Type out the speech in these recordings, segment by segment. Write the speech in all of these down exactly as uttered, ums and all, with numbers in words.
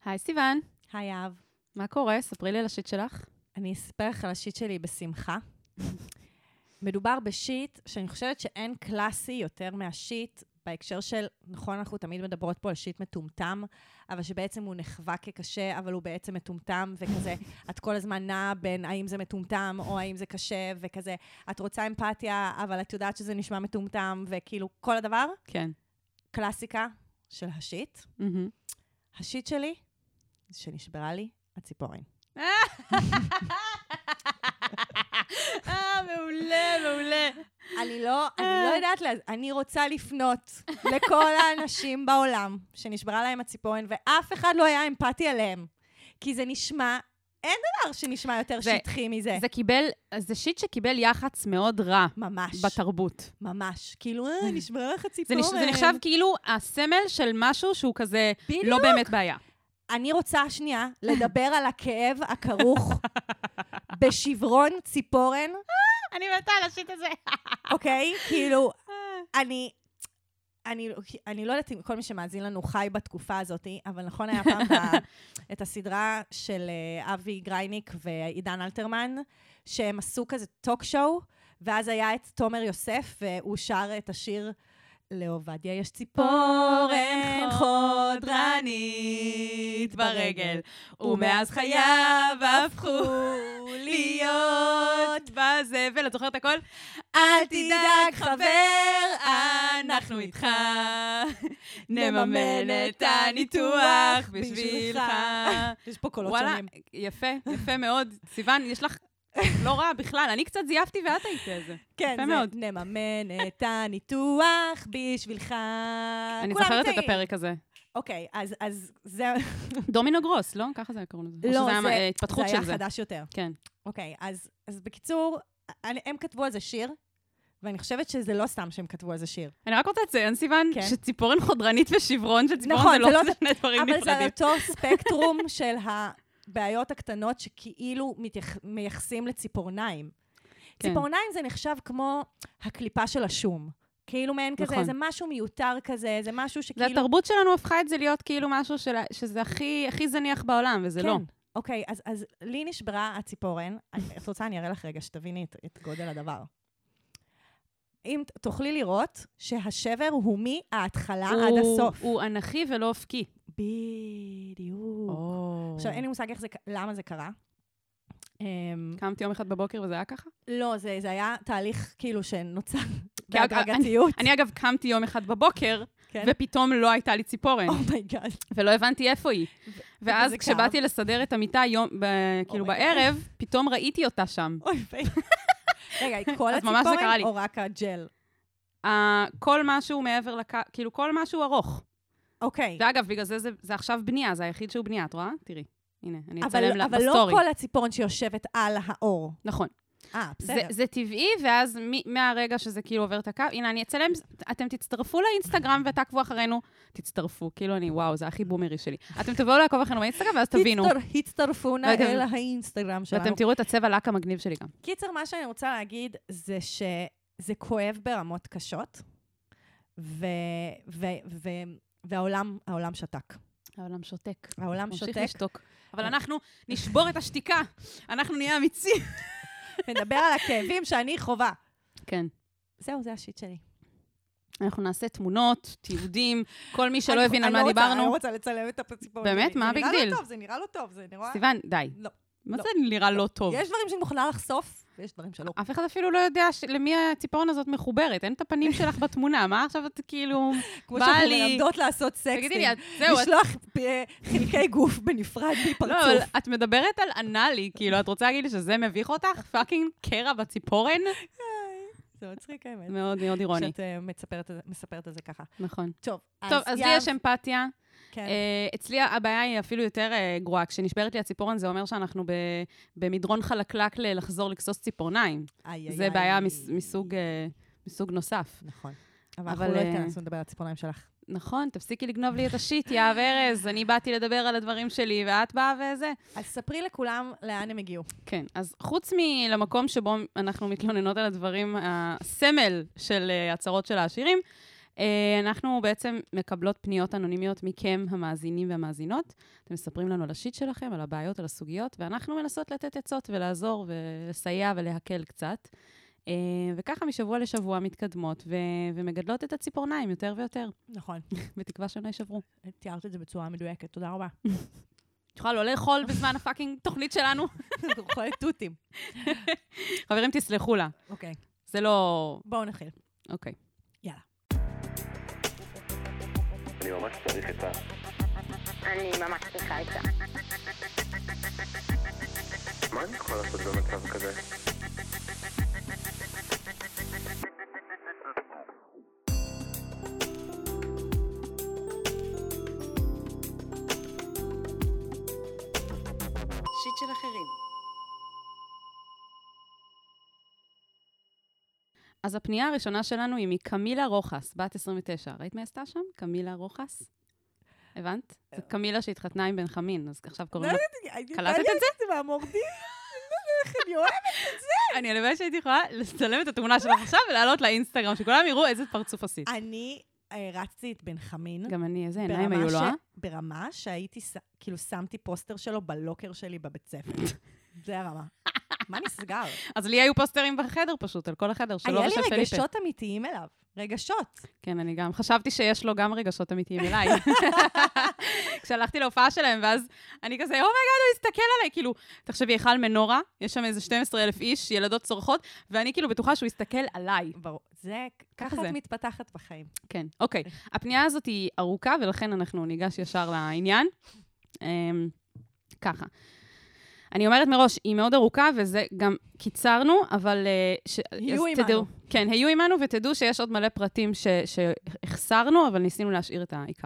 היי סיוון, היי אהב. מה קורה? ספרי לי על השיט שלך. אני אספר לך על השיט שלי בשמחה. מדובר בשיט שאני חושבת שאין קלאסי יותר מהשיט, בהקשר של, נכון, אנחנו תמיד מדברות פה על שיט מטומטם, אבל שבעצם הוא נחווה כקשה, אבל הוא בעצם מטומטם, וכזה, את כל הזמן נעה בין האם זה מטומטם או האם זה קשה, וכזה, את רוצה אמפתיה, אבל את יודעת שזה נשמע מטומטם, וכאילו, כל הדבר. כן. קלאסיקה של השיט. Mm-hmm. השיט שלי, זה שנשברה לי הציפורן. אה, מעולה, מעולה. אני לא, אני לא יודעת, לה, אני רוצה לפנות לכל האנשים בעולם שנשברה להם הציפורן, ואף אחד לא היה אמפתי עליהם. כי זה נשמע, אין דבר שנשמע יותר זה, שטחי מזה. זה קיבל, זה שיט שקיבל יח"צ מאוד רע. ממש. בתרבות. ממש. כאילו, אה, נשברה לך ציפורן. זה, נש, זה נחשב כאילו הסמל של משהו שהוא כזה בדיוק. לא באמת בעיה. אני רוצה שנייה לדבר על הכאב הכרוך בשברון ציפורן. אני מתה על השיט הזה. אוקיי? כאילו, אני... אני, אני לא יודעת אם כל מי שמאזין לנו חי בתקופה הזאת, אבל נכון היה פעם את הסדרה של אבי גרייניק ועידן אלתרמן, שהם עשו כזה טוק שואו, ואז היה את תומר יוסף, והוא שר את השיר, לעובדיה יש ציפורן חודרנית ברגל, ומאז חייו הפכו להיות בזבל. את זוכרת הכל? אל תדאג חבר, אנחנו איתך, נממן את הניתוח בשבילך. יש פה קולות וואלה, שונים. יפה, יפה מאוד. סיוון, יש לך לא רע בכלל. אני קצת זייפתי ואת היית איזה. כן, זה מאוד. נממן את הניתוח בשבילך. אני זוכרת את הפרק הזה. אוקיי, אז, אז זה... דומינו גרוס, לא? ככה זה קוראים לזה. לא, זה היה התפתחות של זה. זה היה חדש יותר. כן. אוקיי, אז, אז בקיצור, אני, הם כתבו על זה שיר, ואני חושבת שזה לא סתם שהם כתבו על זה שיר. אני רק רוצה לציין, סיוון, כן. שציפורן חודרנית ושברון של ציפורן נכון, זה לא זה לא זה שני דברים אבל נפרדים. זה אותו ספקטרום של הבעיות הקטנות שכאילו מתייח, מייחסים לציפורניים. כן. ציפורניים זה נחשב כמו הקליפה של השום. כאילו מעין נכון. כזה, זה משהו מיותר כזה, זה משהו שכאילו... זה התרבות שלנו הפכה את זה להיות כאילו משהו של, שזה הכי, הכי זניח בעולם, וזה כן. לא. אוקיי, אז, אז לי נשברה הציפורן. את רוצה, אני אראה לך רגע שתביני את, את גודל הדבר. אם תוכלי לראות שהשבר הוא מההתחלה הוא, עד הסוף. הוא אנכי ולא אופקי. בדיוק. Oh. עכשיו, אין לי מושג איך זה, למה זה קרה. קמתי יום אחד בבוקר וזה היה ככה? לא, זה, זה היה תהליך כאילו שנוצר בהדרגתיות. אני, אני אגב קמתי יום אחד בבוקר, כן? ופתאום לא הייתה לי ציפורן. אומייגאד. ולא הבנתי איפה היא. ואז כשבאתי לסדר את המיטה יום, ב, כאילו בערב, פתאום ראיתי אותה שם. אוי ביי. רגע, כל הציפורן או רק הג'ל? כל משהו מעבר לק... כאילו כל משהו ארוך. אוקיי. ואגב, בגלל זה, זה, זה עכשיו בנייה, זה היחיד שהוא בנייה, את רואה? תראי, הנה, אני אצלם אבל, לה אבל בסטורי. לא כל הציפורן שיושבת על האור. נכון. אה, בסדר. זה, זה טבעי, ואז מ, מהרגע שזה כאילו עובר את הקו, הנה, אני אצלם, אתם תצטרפו לאינסטגרם ותעקבו אחרינו, תצטרפו, כאילו אני, וואו, זה הכי בומרי שלי. אתם תבואו לעקוב אחרינו באינסטגרם, ואז תבינו. הצטרפו נא אל האינסטגרם שלנו. ואתם תראו את הצבע לק המגניב שלי גם. קיצר, מה שאני רוצה להגיד, זה שזה כואב ברמות קשות, ו... ו... ו... והעולם, העולם שתק. העולם שותק. העולם שותק. ממשיך לשתוק. אבל אנחנו נשבור את השתיקה. אנחנו נהיה אמיצים. נדבר על הכאבים שאני חובה. כן. זהו, זה השיט שלי. אנחנו נעשה תמונות, תיעודים, כל מי שלא הבין על מה דיברנו. אני לא רוצה לצלם את הציפורן. באמת? מה הביג דיל? זה נראה לא טוב, זה נראה... סיוון, די. לא. מה זה נראה לא טוב? יש דברים שאני מוכנה לחשוף, ויש דברים שלא. אף אחד אפילו לא יודע למי הציפורן הזאת מחוברת. אין את הפנים שלך בתמונה. מה עכשיו את כאילו... כמו שאנחנו מלמדות לעשות סקסטינג. תגידי לי, זהו. לשלוח חלקי גוף בנפרד מפרצוף. לא, אבל את מדברת על אנלי, כאילו, את רוצה להגיד לי שזה מביך אותך? פאקינג קרע בציפורן? זה מצחיק האמת. מאוד מאוד אירוני. שאת מספרת על זה ככה. נכון. טוב, טוב, אז לי יש אמפתיה. כן. אצלי הבעיה היא אפילו יותר גרועה. כשנשברת לי הציפורן, זה אומר שאנחנו במדרון חלקלק לחזור לכסוס ציפורניים. זה בעיה מסוג נוסף. נכון. אבל אנחנו לא התכנסנו לדבר על הציפורניים שלך. נכון, תפסיקי לגנוב לי את השיט, יא ארז, אני באתי לדבר על הדברים שלי, ואת באה וזה. אז ספרי לכולם לאן הם הגיעו. כן, אז חוץ מלמקום שבו אנחנו מתלוננות על הדברים, הסמל של הצרות של העשירים, אנחנו בעצם מקבלות פניות אנונימיות מכם, המאזינים והמאזינות. אתם מספרים לנו על השיט שלכם, על הבעיות, על הסוגיות, ואנחנו מנסות לתת עצות ולעזור ולסייע ולהקל קצת. וככה משבוע לשבוע מתקדמות ומגדלות את הציפורניים יותר ויותר. נכון. בתקווה שהם לא ישברו. תיארת את זה בצורה מדויקת, תודה רבה. תוכל לא לאכול בזמן הפאקינג תוכנית שלנו. אוכלת תותים. חברים, תסלחו לה. אוקיי. זה לא... בואו נתחיל. אוקיי. יאללה. אני ממש צריך את ה... אני ממש צריכה את זה. מה אני יכול לעשות במצב כזה? שיט של אחרים. אז הפנייה הראשונה שלנו היא מקמילה רוחס, בת עשרים ותשע. ראית מה עשתה שם? קמילה רוחס? הבנת? זו קמילה שהתחתנה עם בן חמין, אז עכשיו קוראים לה... קלטת את זה? זה מהמורדים. איך אני אוהבת את זה. אני הלוואי שהייתי יכולה לצלם את התמונה שלך עכשיו ולעלות לאינסטגרם, שכולם יראו איזה פרצוף עשית. אני רצתי את בן חמין. גם אני, איזה עיניים היו לו, אה? ברמה שהייתי, כאילו שמתי פוסטר שלו בלוקר שלי בבית ספר. זה הרמה. מה נסגר? אז לי היו פוסטרים בחדר פשוט, על כל החדר, שלא ושל פליפה. היה לי רגשות אמיתיים אליו. רגשות. כן, אני גם חשבתי שיש לו גם רגשות אמיתיים אליי. כשהלכתי להופעה שלהם, ואז אני כזה, אומייגאד, הוא הסתכל עליי, כאילו, תחשבי, היכל מנורה, יש שם איזה שנים עשר אלף איש, ילדות צורכות, ואני כאילו בטוחה שהוא הסתכל עליי. ברור. זה, ככה את מתפתחת בחיים. כן, אוקיי. הפנייה הזאת היא ארוכה, ולכן אנחנו ניגש ישר לעניין. ככה. אני אומרת מראש, היא מאוד ארוכה, וזה גם קיצרנו, אבל... ש... היו עימנו. תדעו, כן, היו עימנו, ותדעו שיש עוד מלא פרטים ש... שהחסרנו, אבל ניסינו להשאיר את העיקר.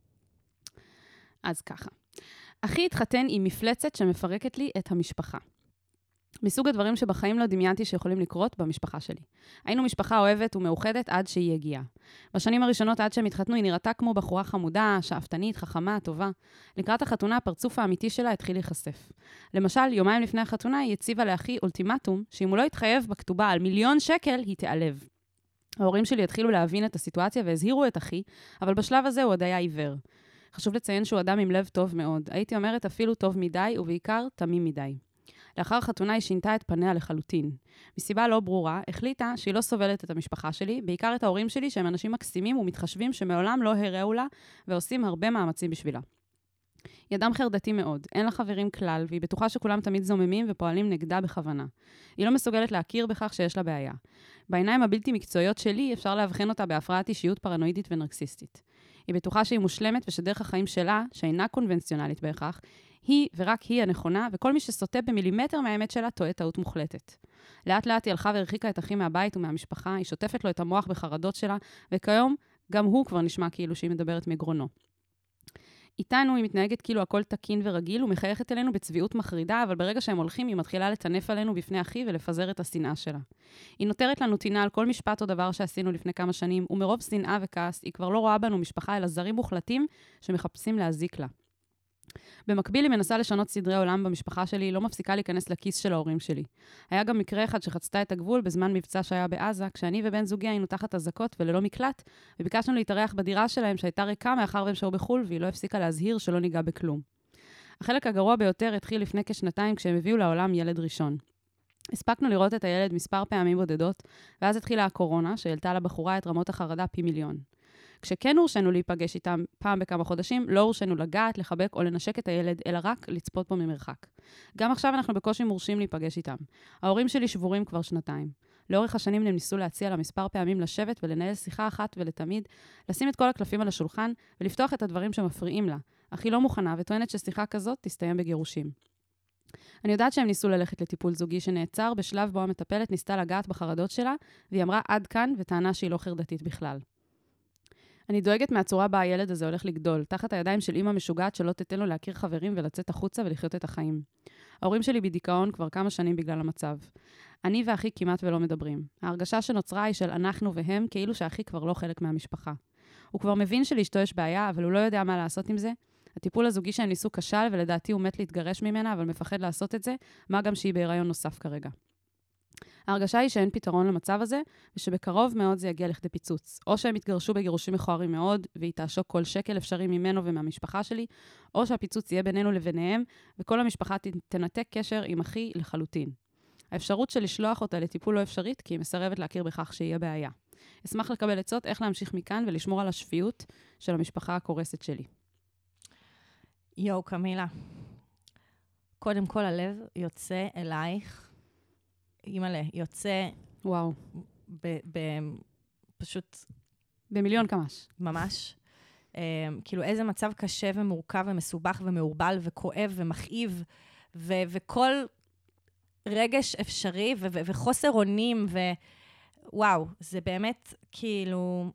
אז ככה. אחי התחתן עם מפלצת שמפרקת לי את המשפחה. מסוג הדברים שבחיים לא דמיינתי שיכולים לקרות במשפחה שלי. היינו משפחה אוהבת ומאוחדת עד שהיא הגיעה. בשנים הראשונות עד שהם התחתנו היא נראתה כמו בחורה חמודה, שאפתנית, חכמה, טובה. לקראת החתונה הפרצוף האמיתי שלה התחיל להיחשף. למשל, יומיים לפני החתונה היא הציבה לאחי אולטימטום, שאם הוא לא יתחייב בכתובה על מיליון שקל, היא תיעלב. ההורים שלי התחילו להבין את הסיטואציה והזהירו את אחי, אבל בשלב הזה הוא עוד היה עיוור. חשוב לציין שהוא אדם עם לב טוב מאוד. הייתי אומרת אפילו טוב מדי ובעיקר תמים מדי. לאחר החתונה היא שינתה את פניה לחלוטין. מסיבה לא ברורה, החליטה שהיא לא סובלת את המשפחה שלי, בעיקר את ההורים שלי שהם אנשים מקסימים ומתחשבים שמעולם לא הראו לה ועושים הרבה מאמצים בשבילה. היא אדם חרדתי מאוד, אין לה חברים כלל, והיא בטוחה שכולם תמיד זוממים ופועלים נגדה בכוונה. היא לא מסוגלת להכיר בכך שיש לה בעיה. בעיניים הבלתי מקצועיות שלי אפשר להבחן אותה בהפרעת אישיות פרנואידית ונרקסיסטית. היא בטוחה שהיא מושלמת ושדרך החיים שלה, שאינה קונבנציונלית בהכרח, היא ורק היא הנכונה, וכל מי שסוטה במילימטר מהאמת שלה טועה טעות מוחלטת. לאט לאט היא הלכה והרחיקה את אחי מהבית ומהמשפחה, היא שוטפת לו את המוח בחרדות שלה, וכיום גם הוא כבר נשמע כאילו שהיא מדברת מגרונו. איתנו היא מתנהגת כאילו הכל תקין ורגיל, ומחייכת אלינו בצביעות מחרידה, אבל ברגע שהם הולכים היא מתחילה לטנף עלינו בפני אחי ולפזר את השנאה שלה. היא נותרת לנו טינה על כל משפט או דבר שעשינו לפני כמה שנים, ומרוב שנאה וכעס היא כבר לא רואה בנו משפחה אלא זרים מוחלטים שמחפשים להזיק לה. במקביל היא מנסה לשנות סדרי עולם במשפחה שלי, היא לא מפסיקה להיכנס לכיס של ההורים שלי. היה גם מקרה אחד שחצתה את הגבול בזמן מבצע שהיה בעזה, כשאני ובן זוגי היינו תחת אזעקות וללא מקלט, וביקשנו להתארח בדירה שלהם שהייתה ריקה מאחר והם שהו בחול, והיא לא הפסיקה להזהיר שלא ניגע בכלום. החלק הגרוע ביותר התחיל לפני כשנתיים כשהם הביאו לעולם ילד ראשון. הספקנו לראות את הילד מספר פעמים בודדות, ואז התחילה הקורונה, שהעלתה לבחורה את רמות החרדה פי מיליון. כשכן הורשנו להיפגש איתם פעם בכמה חודשים, לא הורשנו לגעת, לחבק או לנשק את הילד, אלא רק לצפות בו ממרחק. גם עכשיו אנחנו בקושי מורשים להיפגש איתם. ההורים שלי שבורים כבר שנתיים. לאורך השנים הם ניסו להציע לה מספר פעמים לשבת ולנהל שיחה אחת ולתמיד, לשים את כל הקלפים על השולחן ולפתוח את הדברים שמפריעים לה. אך היא לא מוכנה וטוענת ששיחה כזאת תסתיים בגירושים. אני יודעת שהם ניסו ללכת לטיפול זוגי שנעצר בשלב בו המטפלת ניסתה לגעת בחרדות שלה, והיא אמרה עד כאן וטענה שהיא לא חרדתית בכלל. אני דואגת מהצורה בה הילד הזה הולך לגדול, תחת הידיים של אמא משוגעת שלא תתן לו להכיר חברים ולצאת החוצה ולחיות את החיים. ההורים שלי בדיכאון כבר כמה שנים בגלל המצב. אני ואחי כמעט ולא מדברים. ההרגשה שנוצרה היא של אנחנו והם, כאילו שאחי כבר לא חלק מהמשפחה. הוא כבר מבין שלאשתו יש בעיה, אבל הוא לא יודע מה לעשות עם זה. הטיפול הזוגי שהם ניסו כשל, ולדעתי הוא מת להתגרש ממנה, אבל מפחד לעשות את זה, מה גם שהיא בהיריון נוסף כרגע. ההרגשה היא שאין פתרון למצב הזה, ושבקרוב מאוד זה יגיע לכדי פיצוץ. או שהם יתגרשו בגירושים מכוערים מאוד, והיא תעשוק כל שקל אפשרי ממנו ומהמשפחה שלי, או שהפיצוץ יהיה בינינו לביניהם, וכל המשפחה תנתק קשר עם אחי לחלוטין. האפשרות של לשלוח אותה לטיפול לא אפשרית, כי היא מסרבת להכיר בכך שיהיה בעיה. אשמח לקבל עצות איך להמשיך מכאן ולשמור על השפיות של המשפחה הקורסת שלי. יואו, קמילה. קודם כל הלב יוצא אלייך, אימא'לה, יוצא... וואו. ב- ב- פשוט... במיליון כמש. ממש. Um, כאילו איזה מצב קשה ומורכב ומסובך ומעורבל וכואב ומכאיב, ו- וכל רגש אפשרי ו- ו- וחוסר אונים, ווואו, זה באמת כאילו...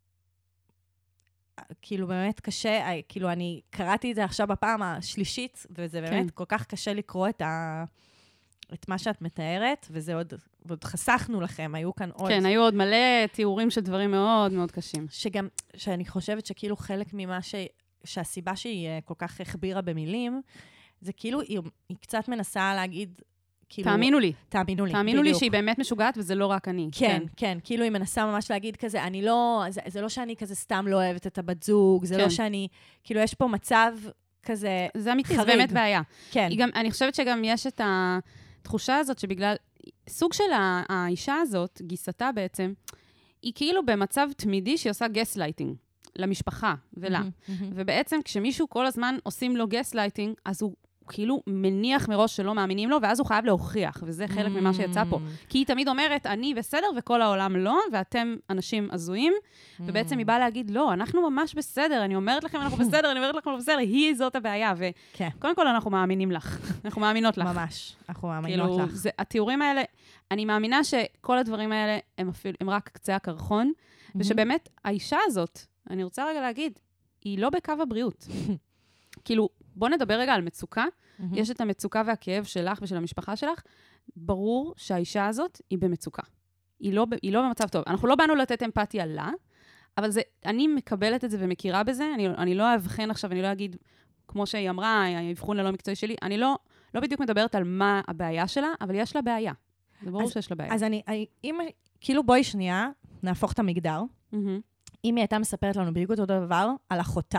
כאילו באמת קשה, כאילו אני קראתי את זה עכשיו בפעם השלישית, וזה באמת כן. כל כך קשה לקרוא את, ה... את מה שאת מתארת, וזה עוד, עוד חסכנו לכם, היו כאן עוד... כן, היו עוד מלא תיאורים של דברים מאוד מאוד קשים. שגם, שאני חושבת שכאילו חלק ממה ש... שהסיבה שהיא כל כך הכבירה במילים, זה כאילו היא, היא קצת מנסה להגיד... כאילו, תאמינו לי. תאמינו לי, תאמינו בדיוק. לי שהיא באמת משוגעת, וזה לא רק אני. כן, כן, כן, כאילו היא מנסה ממש להגיד כזה, אני לא, זה, זה לא שאני כזה סתם לא אוהבת את הבת זוג, זה כן. לא שאני, כאילו יש פה מצב כזה חריג. זה אמיתי, זה באמת בעיה. כן. גם, אני חושבת שגם יש את התחושה הזאת שבגלל, סוג של האישה הזאת, גיסתה בעצם, היא כאילו במצב תמידי שהיא עושה גסלייטינג למשפחה ולה. Mm-hmm, mm-hmm. ובעצם כשמישהו כל הזמן עושים לו גסלייטינג, אז הוא... הוא כאילו מניח מראש שלא מאמינים לו, ואז הוא חייב להוכיח, וזה חלק mm. ממה שיצא פה. כי היא תמיד אומרת, אני בסדר וכל העולם לא, ואתם אנשים הזויים, mm. ובעצם היא באה להגיד, לא, אנחנו ממש בסדר, אני אומרת לכם, אנחנו בסדר, אני אומרת לכם, אנחנו בסדר, היא זאת הבעיה, וקודם כל אנחנו מאמינים לך, אנחנו מאמינות לך. ממש, אנחנו מאמינות כאילו, לך. זה, התיאורים האלה, אני מאמינה שכל הדברים האלה הם, אפילו, הם רק קצה הקרחון, mm-hmm. ושבאמת האישה הזאת, אני רוצה רגע להגיד, היא לא בקו הבריאות. כאילו, בוא נדבר רגע על מצוקה. Mm-hmm. יש את המצוקה והכאב שלך ושל המשפחה שלך. ברור שהאישה הזאת היא במצוקה. היא לא, היא לא במצב טוב. אנחנו לא באנו לתת אמפתיה לה, אבל זה, אני מקבלת את זה ומכירה בזה. אני, אני לא אבחן עכשיו, אני לא אגיד, כמו שהיא אמרה, האבחון ללא מקצועי שלי, אני לא, לא בדיוק מדברת על מה הבעיה שלה, אבל יש לה בעיה. זה ברור אז, שיש לה בעיה. אז אני, אני, אם, כאילו בואי שנייה, נהפוך את המגדר. Mm-hmm. אם היא הייתה מספרת לנו בדיוק אותו דבר על אחותה,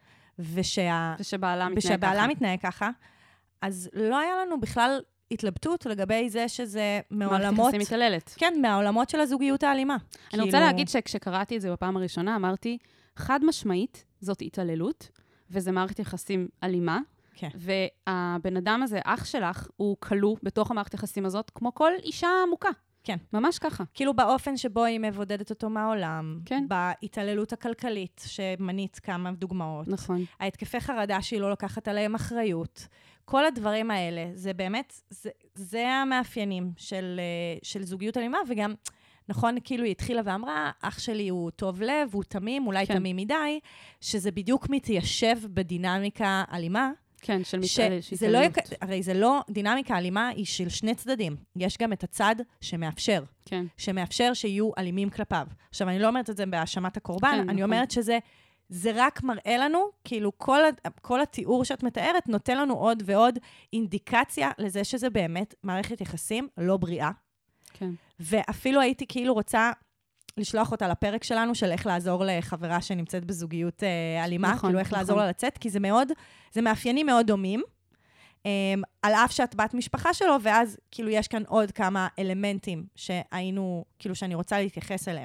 ושה... ושבעלה מתנהג ושבעלה ככה. מתנהג ככה, אז לא היה לנו בכלל התלבטות לגבי זה שזה מעולמות... מערכת יחסים מתעללת. כן, מהעולמות של הזוגיות האלימה. אני כאילו... רוצה להגיד שכשקראתי את זה בפעם הראשונה, אמרתי, חד משמעית, זאת התעללות, וזה מערכת יחסים אלימה, כן. והבן אדם הזה, אח שלך, הוא כלוא בתוך המערכת יחסים הזאת, כמו כל אישה עמוקה. כן. ממש ככה. כאילו באופן שבו היא מבודדת אותו מהעולם, כן. בהתעללות הכלכלית, שמנית כמה דוגמאות. נכון. ההתקפי חרדה שהיא לא לוקחת עליהם אחריות. כל הדברים האלה, זה באמת, זה, זה המאפיינים של, של זוגיות אלימה, וגם, נכון, כאילו היא התחילה ואמרה, אח שלי הוא טוב לב, הוא תמים, אולי כן. תמים מדי, שזה בדיוק מתיישב בדינמיקה אלימה, כן, של מתעללות. שזה לא, הרי זה לא, דינמיקה אלימה היא של שני צדדים. יש גם את הצד שמאפשר. כן. שמאפשר שיהיו אלימים כלפיו. עכשיו, אני לא אומרת את זה בהאשמת הקורבן, כן, אני נכון. אומרת שזה זה רק מראה לנו, כאילו כל, כל התיאור שאת מתארת נותן לנו עוד ועוד אינדיקציה לזה שזה באמת מערכת יחסים לא בריאה. כן. ואפילו הייתי כאילו רוצה לשלוח אותה לפרק שלנו של איך לעזור לחברה שנמצאת בזוגיות אה, אלימה, נכון, כאילו איך נכון. לעזור לה לצאת, כי זה מאוד, זה מאפיינים מאוד דומים, אה, על אף שאת בת משפחה שלו, ואז כאילו יש כאן עוד כמה אלמנטים שהיינו, כאילו שאני רוצה להתייחס אליהם.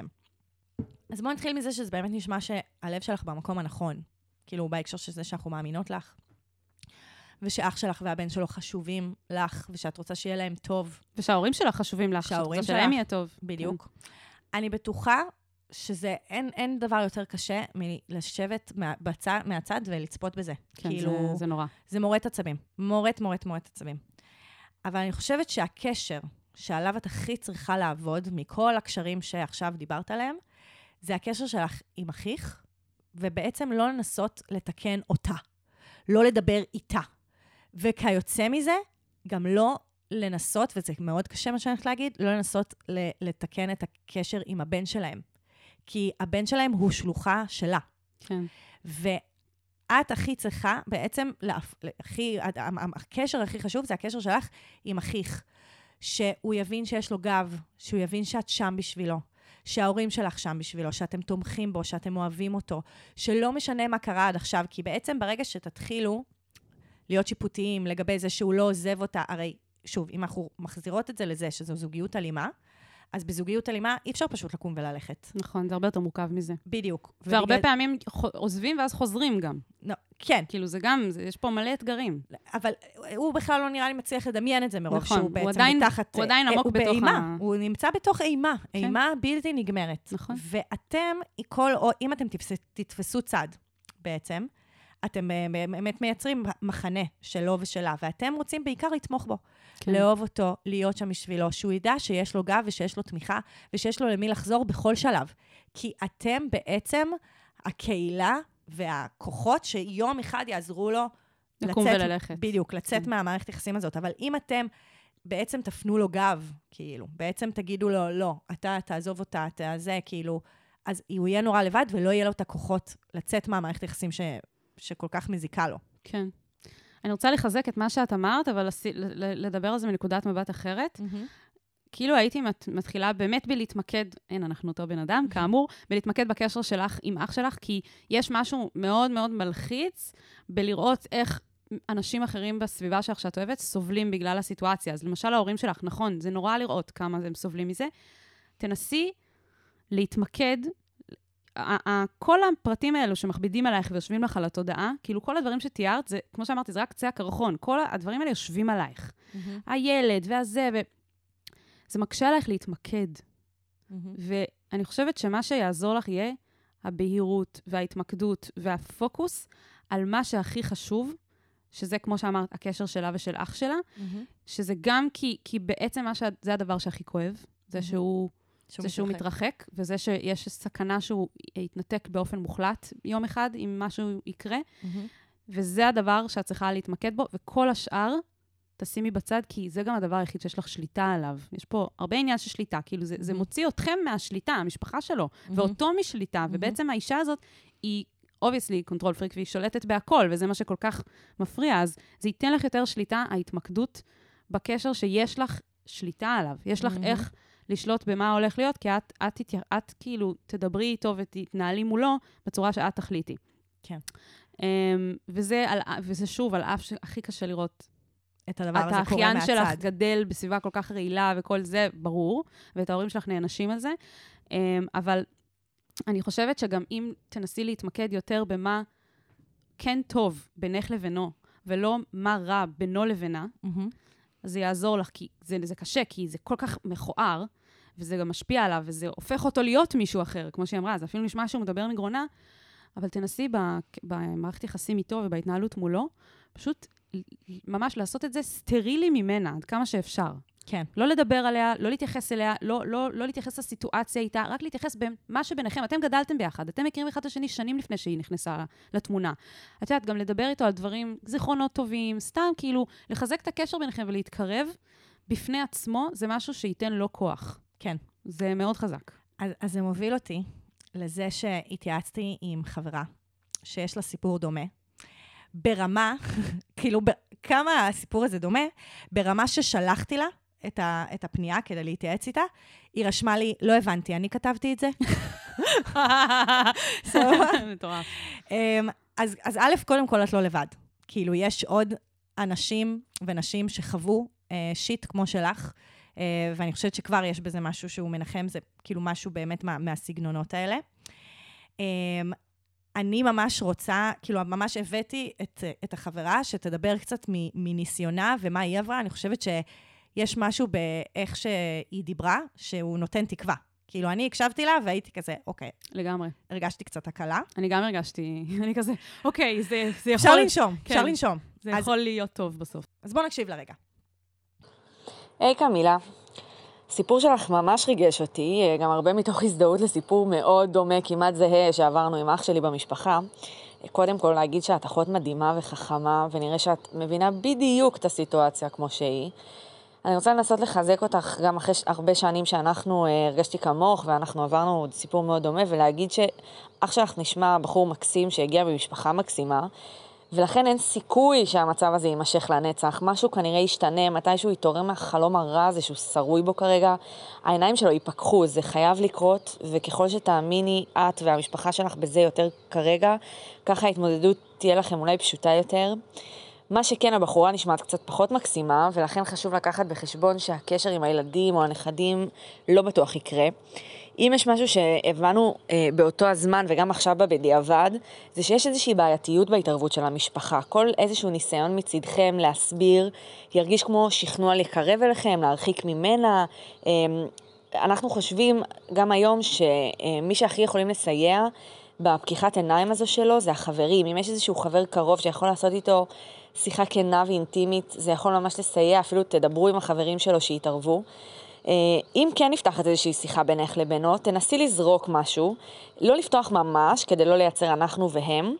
אז בואו נתחיל מזה שזה באמת נשמע שהלב שלך במקום הנכון, כאילו בהקשר של זה שאנחנו מאמינות לך, ושאח שלך והבן שלו חשובים לך, ושאת רוצה שיהיה להם טוב. ושההורים שלך חשובים לך, שההורים שלך, שלהם יהיה טוב. בדיוק. אני בטוחה שזה, אין, אין דבר יותר קשה מלשבת מהצד, מהצד ולצפות בזה. כן, כאילו, זה, זה נורא. זה מורת עצבים. מורת, מורת, מורת עצבים. אבל אני חושבת שהקשר שעליו את הכי צריכה לעבוד, מכל הקשרים שעכשיו דיברת עליהם, זה הקשר שלך עם אחיך, ובעצם לא לנסות לתקן אותה. לא לדבר איתה. וכיוצא מזה, גם לא לנסות, וזה מאוד קשה מה שאני הולכת להגיד, לא לנסות לתקן את הקשר עם הבן שלהם. כי הבן שלהם הוא שלוחה שלה. כן. ואת הכי צריכה, בעצם, הכי, הקשר הכי חשוב זה הקשר שלך עם אחיך. שהוא יבין שיש לו גב, שהוא יבין שאת שם בשבילו, שההורים שלך שם בשבילו, שאתם תומכים בו, שאתם אוהבים אותו, שלא משנה מה קרה עד עכשיו, כי בעצם ברגע שתתחילו להיות שיפוטיים לגבי זה שהוא לא עוזב אותה, הרי שוב, אם אנחנו מחזירות את זה לזה שזו זוגיות אלימה, אז בזוגיות אלימה אי אפשר פשוט לקום וללכת. נכון, זה הרבה יותר מורכב מזה. בדיוק. והרבה ובגלל... פעמים עוזבים ואז חוזרים גם. לא, כן. כאילו זה גם, זה, יש פה מלא אתגרים. אבל הוא בכלל לא נראה לי מצליח לדמיין את זה מרוב נכון, שהוא בעצם הוא עדיין, בתחת... הוא עדיין עמוק הוא בתוך באימה, ה... הוא נמצא בתוך אימה, כן. אימה בלתי נגמרת. נכון. ואתם, כל, או, אם אתם תפס, תתפסו צד בעצם, אתם באמת מייצרים מחנה שלו ושלה, ואתם רוצים בעיקר לתמוך בו, כן. לאהוב אותו, להיות שם בשבילו, שהוא ידע שיש לו גב ושיש לו תמיכה, ושיש לו למי לחזור בכל שלב. כי אתם בעצם הקהילה והכוחות שיום אחד יעזרו לו לקום לצאת, וללכת. בדיוק, לצאת כן. מהמערכת יחסים הזאת. אבל אם אתם בעצם תפנו לו גב, כאילו, בעצם תגידו לו, לא, אתה תעזוב אותה, אתה זה, כאילו, אז הוא יהיה נורא לבד, ולא יהיה לו את הכוחות לצאת מהמערכת יחסים ש... שכל כך מזיקה לו. כן. אני רוצה לחזק את מה שאת אמרת, אבל לדבר על זה מנקודת מבט אחרת. כאילו הייתי מתחילה באמת בלהתמקד, אין, אנחנו אותו בן אדם, כאמור, בלהתמקד בקשר שלך עם אח שלך, כי יש משהו מאוד מאוד מלחיץ בלראות איך אנשים אחרים בסביבה שלך שאת אוהבת סובלים בגלל הסיטואציה. אז למשל ההורים שלך, נכון, זה נורא לראות כמה הם סובלים מזה. תנסי להתמקד, כל הפרטים האלו שמכבידים עלייך ויושבים לך על התודעה, כאילו כל הדברים שתיארת, זה, כמו שאמרתי, זה רק קצה הקרחון. כל הדברים האלה יושבים עלייך. Mm-hmm. הילד והזה, ו... זה מקשה עלייך להתמקד. Mm-hmm. ואני חושבת שמה שיעזור לך יהיה הבהירות וההתמקדות והפוקוס על מה שהכי חשוב, שזה כמו שאמרת, הקשר שלה ושל אח שלה, mm-hmm. שזה גם כי, כי בעצם מה ש... זה הדבר שהכי כואב, זה mm-hmm. שהוא... זה שהוא מתרחק, וזה שיש סכנה שהוא יתנתק באופן מוחלט יום אחד, אם משהו יקרה, mm-hmm. וזה הדבר שאת צריכה להתמקד בו, וכל השאר תשימי בצד, כי זה גם הדבר היחיד שיש לך שליטה עליו. יש פה הרבה עניין של שליטה, כאילו זה, mm-hmm. זה מוציא אתכם מהשליטה, המשפחה שלו, mm-hmm. ואותו משליטה, mm-hmm. ובעצם האישה הזאת היא, obviously, control freak, והיא שולטת בהכל, וזה מה שכל כך מפריע, אז זה ייתן לך יותר שליטה, ההתמקדות בקשר שיש לך שליטה עליו. יש לך mm-hmm. איך לשלוט במה הולך להיות, כי את, את, את, את כאילו תדברי איתו ותתנהלי מולו בצורה שאת תחליטי. כן. Um, וזה, על, וזה שוב, על אף שהכי קשה לראות את הדבר הזה קורה מהצד. האחיין שלך גדל בסביבה כל כך רעילה וכל זה, ברור, ואת ההורים שלך נענשים על זה. Um, אבל אני חושבת שגם אם תנסי להתמקד יותר במה כן טוב בינך לבינו, ולא מה רע בינו לבינה, mm-hmm. אז זה יעזור לך, כי זה, זה קשה, כי זה כל כך מכוער, וזה גם משפיע עליו, וזה הופך אותו להיות מישהו אחר, כמו שהיא אמרה, זה אפילו נשמע שהוא מדבר מגרונה, אבל תנסי במערכת יחסים איתו ובהתנהלות מולו, פשוט ממש לעשות את זה סטרילי ממנה, עד כמה שאפשר. כן. לא לדבר עליה, לא להתייחס אליה, לא, לא, לא להתייחס לסיטואציה איתה, רק להתייחס במה שביניכם. אתם גדלתם ביחד, אתם מכירים אחד את השני שנים לפני שהיא נכנסה לתמונה. את יודעת, גם לדבר איתו על דברים, זיכרונות טובים, סתם כאילו, לחזק את הקשר ביניכם ולהתקרב בפני עצמו, זה משהו שייתן לו כוח. כן. זה מאוד חזק. אז, אז זה מוביל אותי לזה שהתייעצתי עם חברה, שיש לה סיפור דומה, ברמה, כאילו, כמה הסיפור הזה דומה, ברמה ששלחתי לה, את, ה, את הפנייה כדי להתייעץ איתה, היא רשמה לי, לא הבנתי, אני כתבתי את זה. מטורף. אז, אז א', קודם כל את לא לבד. כאילו, יש עוד אנשים ונשים שחוו אה, שיט כמו שלך, אה, ואני חושבת שכבר יש בזה משהו שהוא מנחם, זה כאילו משהו באמת מה, מהסגנונות האלה. אה, אני ממש רוצה, כאילו, ממש הבאתי את, את החברה שתדבר קצת מניסיונה ומה היא עברה. אני חושבת ש... יש משהו באיך שהיא דיברה, שהוא נותן תקווה. כאילו, אני הקשבתי לה והייתי כזה, אוקיי. לגמרי. הרגשתי קצת הקלה. אני גם הרגשתי, אני כזה, אוקיי, זה, זה יכול... אפשר לנשום, כן. אפשר לנשום. זה אז, יכול להיות טוב בסוף. אז בואו נקשיב לרגע. היי קמילה, סיפור שלך ממש ריגש אותי, גם הרבה מתוך הזדהות לסיפור מאוד דומה, כמעט זהה, שעברנו עם אח שלי במשפחה. קודם כל להגיד שאת אחות מדהימה וחכמה, ונראה שאת מבינה בדיוק את הסיטואציה כמו שהיא. אני רוצה לנסות לחזק אותך גם אחרי הרבה שנים שאנחנו הרגשתי כמוך, ואנחנו עברנו סיפור מאוד דומה, ולהגיד שאח שלך נשמע בחור מקסים שהגיע במשפחה מקסימה, ולכן אין סיכוי שהמצב הזה יימשך לנצח. משהו כנראה ישתנה, מתישהו יתעורר מהחלום הרע הזה שהוא שרוי בו כרגע, העיניים שלו ייפקחו, זה חייב לקרות, וככל שתאמיני את והמשפחה שלך בזה יותר כרגע, ככה ההתמודדות תהיה לכם אולי פשוטה יותר. מה שכן, הבחורה נשמעת קצת פחות מקסימה, ולכן חשוב לקחת בחשבון שהקשר עם הילדים או הנכדים לא בטוח יקרה. אם יש משהו שהבנו אה, באותו הזמן וגם עכשיו בדיעבד, זה שיש איזושהי בעייתיות בהתערבות של המשפחה. כל איזשהו ניסיון מצדכם להסביר, ירגיש כמו שכנוע לקרב אליכם, להרחיק ממנה. אה, אנחנו חושבים גם היום שמי שהכי יכולים לסייע בפקיחת עיניים הזו שלו זה החברים. אם יש איזשהו חבר קרוב שיכול לעשות איתו שיחה כנה ואינטימית, זה יכול ממש לסייע, אפילו תדברו עם החברים שלו שיתערבו. אם כן נפתחת איזושהי שיחה בינך לבינו, תנסי לזרוק משהו, לא לפתוח ממש כדי לא לייצר אנחנו והם,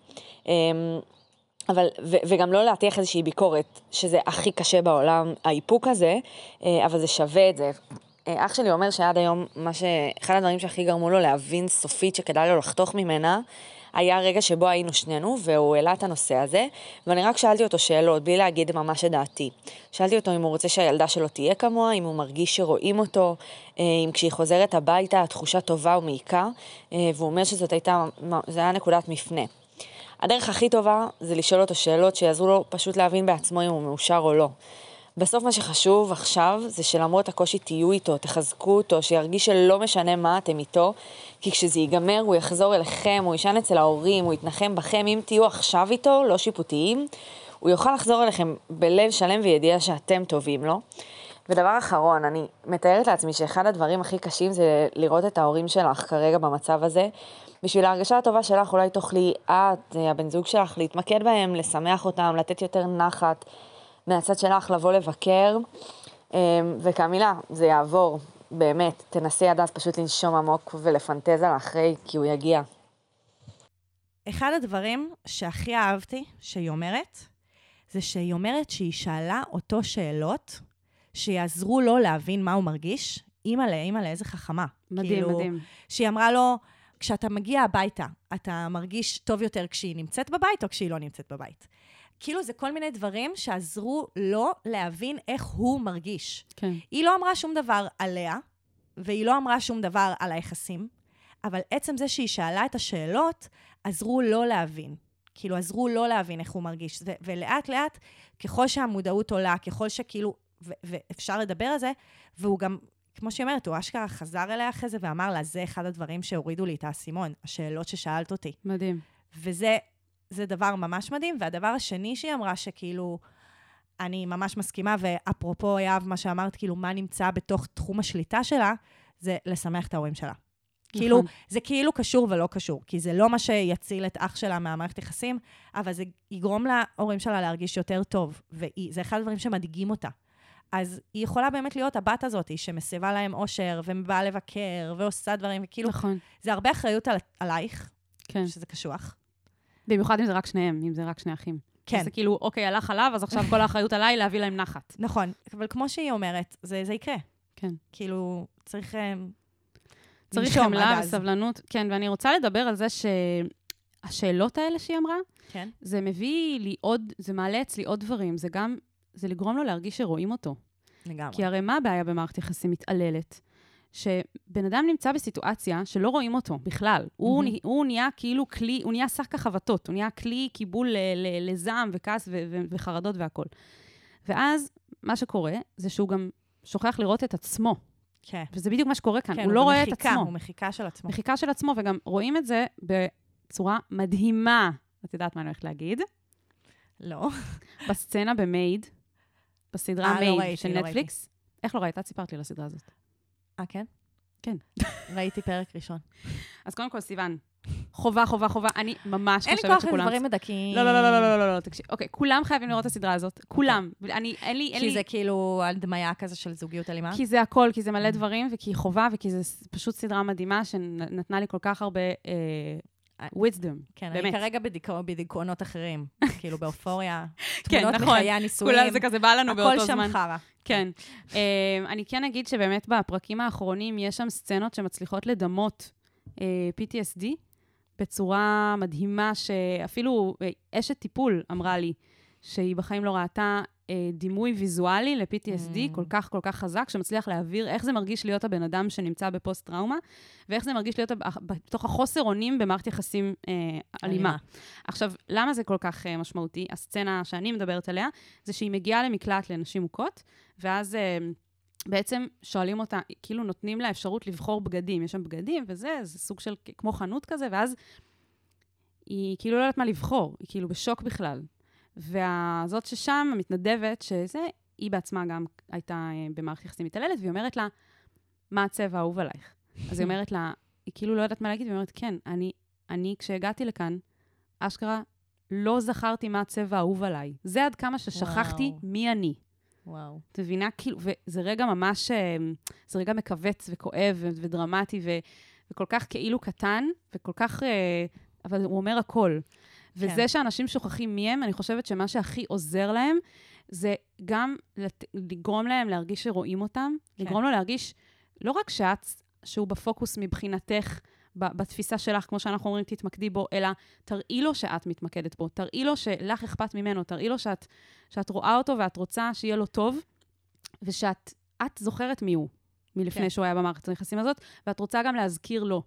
אבל, ו, וגם לא להטיח איזושהי ביקורת, שזה הכי קשה בעולם, האיפוק הזה, אבל זה שווה את זה. אח שלי אומר שעד היום, מה ש... אחד הדברים שהכי גרמו לו להבין סופית שכדאי לו לחתוך ממנה, היה רגע שבו היינו שנינו, והוא העלה את הנושא הזה, ואני רק שאלתי אותו שאלות, בלי להגיד ממש את דעתי. שאלתי אותו אם הוא רוצה שהילדה שלו תהיה כמוה, אם הוא מרגיש שרואים אותו, אם כשהיא חוזרת הביתה, התחושה טובה ומעיקה, והוא אומר שזאת הייתה, זה היה נקודת מפנה. הדרך הכי טובה זה לשאול אותו שאלות שיעזרו לו פשוט להבין בעצמו אם הוא מאושר או לא. בסוף מה שחשוב עכשיו זה שלמרות הקושי תהיו איתו, תחזקו אותו, שירגיש שלא משנה מה אתם איתו, כי כשזה ייגמר הוא יחזור אליכם, הוא ישן אצל ההורים, הוא יתנחם בכם, אם תהיו עכשיו איתו, לא שיפוטיים, הוא יוכל לחזור אליכם בלב שלם וידיעה שאתם טובים לו. ודבר אחרון, אני מתארת לעצמי שאחד הדברים הכי קשים זה לראות את ההורים שלך כרגע במצב הזה. בשביל ההרגשה הטובה שלך אולי תוכלי את, הבן זוג שלך, להתמקד בהם, לשמח אותם, לתת יותר נחת, מהצד שלך לבוא לבקר, וכמילה, זה יעבור, באמת, תנסי עד אז פשוט לנשום עמוק ולפנטז על אחרי, כי הוא יגיע. אחד הדברים שהכי אהבתי שהיא אומרת, זה שהיא אומרת שהיא שאלה אותו שאלות, שיעזרו לו להבין מה הוא מרגיש, אימא'לה, אימא'לה, איזה חכמה. מדהים, כאילו, מדהים. שהיא אמרה לו, כשאתה מגיע הביתה, אתה מרגיש טוב יותר כשהיא נמצאת בבית, או כשהיא לא נמצאת בבית. כאילו זה כל מיני דברים שעזרו לו להבין איך הוא מרגיש. כן. היא לא אמרה שום דבר עליה, והיא לא אמרה שום דבר על היחסים, אבל עצם זה שהיא שאלה את השאלות, עזרו לו להבין. כאילו עזרו לו להבין איך הוא מרגיש. ו- ולאט לאט, ככל שהמודעות עולה, ככל שכאילו, ו- ואפשר לדבר על זה, והוא גם, כמו שהיא אומרת, הוא אשכרה חזר אליה אחרי זה, ואמר לה, זה אחד הדברים שהורידו לי את האסימון, השאלות ששאלת אותי. מדהים. וזה... זה דבר ממש מדהים, והדבר השני שהיא אמרה שכאילו, אני ממש מסכימה, ואפרופו יאב, מה שאמרת, כאילו, מה נמצא בתוך תחום השליטה שלה, זה לשמח את ההורים שלה. נכון. כאילו, זה כאילו קשור ולא קשור, כי זה לא מה שיציל את אח שלה מהמערכת יחסים, אבל זה יגרום להורים שלה להרגיש יותר טוב, וזה אחד הדברים שמדאיגים אותה. אז היא יכולה באמת להיות הבת הזאת, שמסבה להם אושר, ובאה לבקר, ועושה דברים, וכאילו, נכון. זה הרבה אחריות על, עלייך, כן. שזה קשוח. במיוחד אם זה רק שניהם, אם זה רק שני אחים. כן. זה כאילו, אוקיי, הלך עליו, אז עכשיו כל האחריות עליי להביא להם נחת. נכון, אבל כמו שהיא אומרת, זה, זה יקרה. כן. כאילו, צריך... צריך חמלה וסבלנות. כן, ואני רוצה לדבר על זה שהשאלות האלה שהיא אמרה, כן. זה מביא לי עוד, זה מעלה אצלי עוד דברים, זה גם, זה לגרום לו להרגיש שרואים אותו. לגמרי. כי הרי מה הבעיה במערכת יחסים מתעללת? שבן אדם נמצא בסיטואציה שלא רואים אותו בכלל. Mm-hmm. הוא, הוא נהיה כאילו כלי, הוא נהיה שק החבטות, הוא נהיה כלי קיבול לזעם וכעס ו- ו- וחרדות והכל. ואז מה שקורה זה שהוא גם שוכח לראות את עצמו. כן. וזה בדיוק מה שקורה כאן. כן, הוא הוא לא רואה במחיקה, את עצמו. הוא מחיקה של עצמו. מחיקה של עצמו, וגם רואים את זה בצורה מדהימה. את יודעת מה אני הולכת להגיד? לא. בסצנה במייד, בסדרה 아, לא מייד ראיתי, של לא נטפליקס. ראיתי. איך לא ראית? את סיפרת לי על הסדרה הזאת. אה, כן? כן. ראיתי פרק ראשון. אז קודם כל, סיוון, חובה, חובה, חובה, אני ממש חושבת שכולם... אין לי כוח לדברים מדכאים. לא, לא, לא, לא, לא, לא, לא, תקשיב. אוקיי, כולם חייבים לראות את הסדרה הזאת. כולם. אני, אין לי, אין לי... כי זה כאילו הדמיה כזה של זוגיות אלימה? כי זה הכל, כי זה מלא דברים, וכי היא חובה, וכי זה פשוט סדרה מדהימה, שנתנה לי כל כך הרבה wisdom. כן, אני כרגע בדיכאונות אחרים. כאילו באופוריה, כן, תמונות נכון. מחיי הנישואים. כולם זה כזה בא לנו באותו זמן. הכל שם חרה. כן. אני כן אגיד שבאמת בפרקים האחרונים יש שם סצנות שמצליחות לדמות פי טי אס די בצורה מדהימה, שאפילו אשת טיפול אמרה לי, שהיא בחיים לא ראתה אה, דימוי ויזואלי ל-פי טי אס די, mm. כל כך, כל כך חזק, שמצליח להעביר איך זה מרגיש להיות הבן אדם שנמצא בפוסט-טראומה, ואיך זה מרגיש להיות בתוך החוסר אונים במערכת יחסים אה, אלימה. עכשיו, למה זה כל כך אה, משמעותי? הסצנה שאני מדברת עליה, זה שהיא מגיעה למקלט לנשים מוכות, ואז אה, בעצם שואלים אותה, כאילו נותנים לה אפשרות לבחור בגדים, יש שם בגדים וזה, זה סוג של כמו חנות כזה, ואז היא כאילו לא יודעת מה לבחור, היא כאילו בשוק בכלל. והזאת ששם, המתנדבת, שזה, היא בעצמה גם הייתה במערכת יחסים מתעללת, והיא אומרת לה, מה הצבע האהוב עלייך? אז היא אומרת לה, היא כאילו לא יודעת מה להגיד, והיא אומרת, כן, אני, אני כשהגעתי לכאן, אשכרה לא זכרתי מה הצבע האהוב עליי. זה עד כמה ששכחתי וואו. מי אני. וואו. את מבינה? כאילו, וזה רגע ממש, זה רגע מקווץ וכואב ודרמטי, ו, וכל כך כאילו קטן, וכל כך, אבל הוא אומר הכל. וזה כן. שאנשים שוכחים מי הם, אני חושבת שמה שהכי עוזר להם, זה גם לת... לגרום להם להרגיש שרואים אותם, כן. לגרום לו להרגיש, לא רק שאת, שהוא בפוקוס מבחינתך, בתפיסה שלך, כמו שאנחנו אומרים, תתמקדי בו, אלא תראי לו שאת מתמקדת בו, תראי לו שלך אכפת ממנו, תראי לו שאת, שאת רואה אותו ואת רוצה שיהיה לו טוב, ושאת את זוכרת מי הוא, מלפני כן. שהוא היה במערכת היחסים הזאת, ואת רוצה גם להזכיר לו.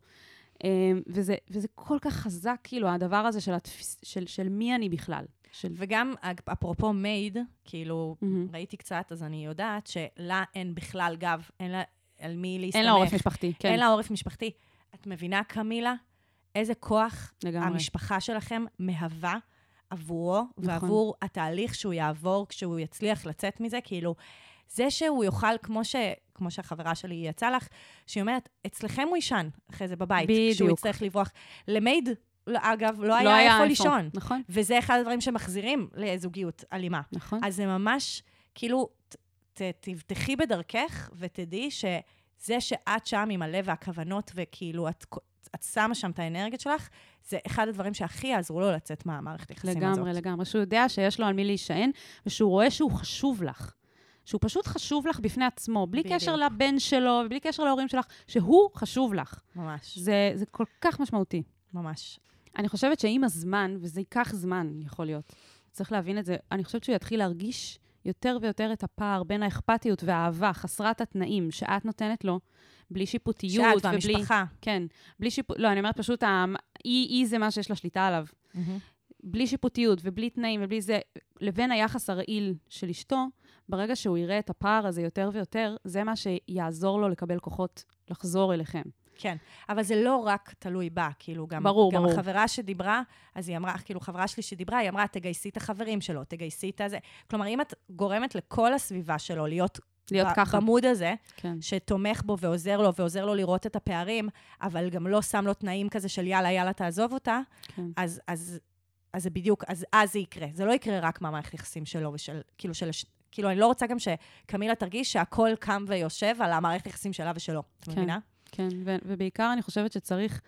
וזה, וזה כל כך חזק, כאילו, הדבר הזה של, התפיס, של, של מי אני בכלל. של... וגם, אפרופו מייד, כאילו, mm-hmm. ראיתי קצת, אז אני יודעת שלה אין בכלל גב, אין לה על מי להסתמך. אין לה עורף משפחתי, כן. אין לה עורף משפחתי. את מבינה, קמילה, איזה כוח לגמרי. המשפחה שלכם מהווה עבורו, נכון. ועבור התהליך שהוא יעבור כשהוא יצליח לצאת מזה, כאילו, זה שהוא יוכל, כמו, ש, כמו שהחברה שלי יצא לך, שהיא אומרת, אצלכם הוא ישן, אחרי זה בבית, בדיוק. כשהוא יצטרך לברוח. למייד, אגב, לא, לא היה, היה איפה לישון. נכון. וזה אחד הדברים שמחזירים לזוגיות אלימה. נכון. אז זה ממש, כאילו, ת, ת, תבטחי בדרכך, ותדעי שזה שאת שם עם הלב והכוונות, וכאילו את, את שמה שם את האנרגיות שלך, זה אחד הדברים שהכי יעזרו לו לצאת מהמערכת יחסים הזאת. לגמרי, לגמרי. שהוא יודע שיש לו על מי להישען, ושהוא רואה שהוא חשוב לך. שהוא פשוט חשוב לך בפני עצמו, בלי בדיוק. קשר לבן שלו, ובלי קשר להורים שלך, שהוא חשוב לך. ממש. זה, זה כל כך משמעותי. ממש. אני חושבת שעם הזמן, וזה ייקח זמן, יכול להיות, צריך להבין את זה, אני חושבת שהוא יתחיל להרגיש יותר ויותר את הפער בין האכפתיות והאהבה, חסרת התנאים שאת נותנת לו, בלי שיפוטיות. שאת והמשפחה. כן, בלי שיפוט... לא, אני אומרת פשוט, היא, היא זה מה שיש לה שליטה עליו. Mm-hmm. בלי שיפוטיות ובלי תנאים ובלי זה, לבין היחס הרעיל של אשתו, ברגע שהוא יראה את הפער הזה יותר ויותר, זה מה שיעזור לו לקבל כוחות לחזור אליכם. כן, אבל זה לא רק תלוי בה, כאילו גם, ברור, גם ברור. החברה שדיברה, אז היא אמרה, כאילו חברה שלי שדיברה, היא אמרה, תגייסי את החברים שלו, תגייסי את הזה. כלומר, אם את גורמת לכל הסביבה שלו להיות, להיות ב- ככה. במוד הזה, כן. שתומך בו ועוזר לו, ועוזר לו לראות את הפערים, אבל גם לא שם לו תנאים כזה של יאללה, יאללה, תעזוב אותה, כן. אז, אז, אז זה בדיוק, אז, אז זה יקרה. זה לא יקרה רק מהמערכת יחסים שלו ושל, כאילו, של, כאילו, אני לא רוצה גם שקמילה תרגיש שהכל קם ויושב על המערכת יחסים שלה ושלו. את כן. מבינה? כן, ו- ובעיקר אני חושבת שצריך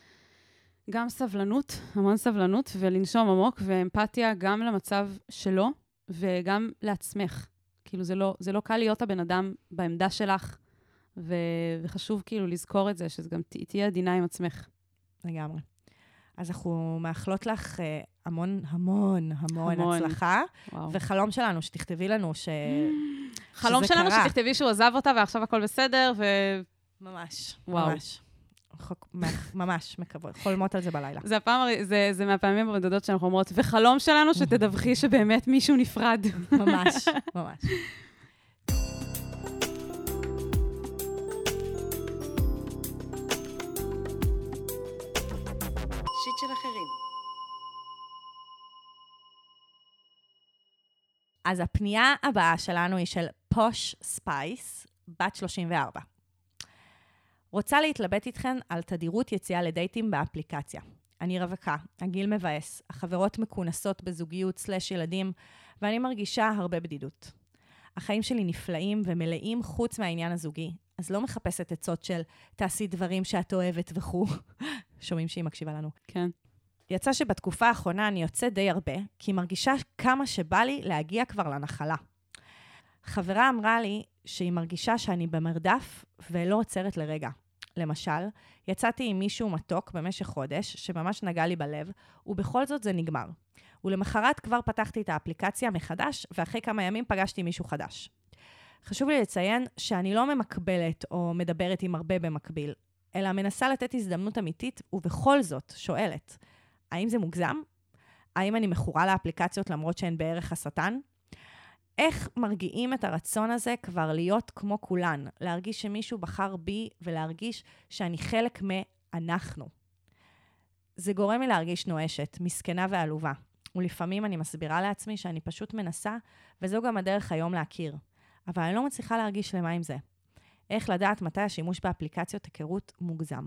גם סבלנות, המון סבלנות, ולנשום עמוק, ואמפתיה גם למצב שלו, וגם לעצמך. כאילו, זה לא, זה לא קל להיות הבן אדם בעמדה שלך, ו- וחשוב כאילו לזכור את זה, שזה גם ת- תהיה עדינה עם עצמך. לגמרי. אז אנחנו מאחלות לך אה, המון, המון, המון, המון הצלחה, וואו. וחלום שלנו, שתכתבי לנו ש... חלום שלנו קרה. שתכתבי שהוא עזב אותה, ועכשיו הכל בסדר, ו... ממש, וואו. ממש. ממש מקוות, חולמות על זה בלילה. זה הפעם, זה, זה מהפעמים הבודדות שאנחנו אומרות, וחלום שלנו שתדווחי שבאמת מישהו נפרד. ממש, ממש. שיט של אחרים. אז הפנייה הבאה שלנו היא של פוש ספייס, בת שלושים וארבע. רוצה להתלבט איתכן על תדירות יציאה לדייטים באפליקציה. אני רווקה, הגיל מבאס, החברות מכונסות בזוגיות סלש ילדים, ואני מרגישה הרבה בדידות. החיים שלי נפלאים ומלאים חוץ מהעניין הזוגי, אז לא מחפשת עצות של תעשי דברים שאת אוהבת וכו'. שומעים שהיא מקשיבה לנו. כן. יצא שבתקופה האחרונה אני יוצאת די הרבה, כי מרגישה כמה שבא לי להגיע כבר לנחלה. חברה אמרה לי שהיא מרגישה שאני במרדף ולא עוצרת לרגע. למשל, יצאתי עם מישהו מתוק במשך חודש, שממש נגע לי בלב, ובכל זאת זה נגמר. ולמחרת כבר פתחתי את האפליקציה מחדש, ואחרי כמה ימים פגשתי מישהו חדש. חשוב לי לציין שאני לא ממקבלת או מדברת עם הרבה במקביל, אלא מנסה לתת הזדמנות אמיתית, ובכל זאת שואלת, האם זה מוגזם? האם אני מכורה לאפליקציות למרות שהן בערך השטן? איך מרגיעים את הרצון הזה כבר להיות כמו כולן, להרגיש שמישהו בחר בי ולהרגיש שאני חלק מאנחנו. זה גורם לי להרגיש נואשת, מסכנה ועלובה, ולפעמים אני מסבירה לעצמי שאני פשוט מנסה, וזו גם הדרך היום להכיר. אבל אני לא מצליחה להרגיש למה עם זה. איך לדעת מתי השימוש באפליקציות היכרות מוגזם.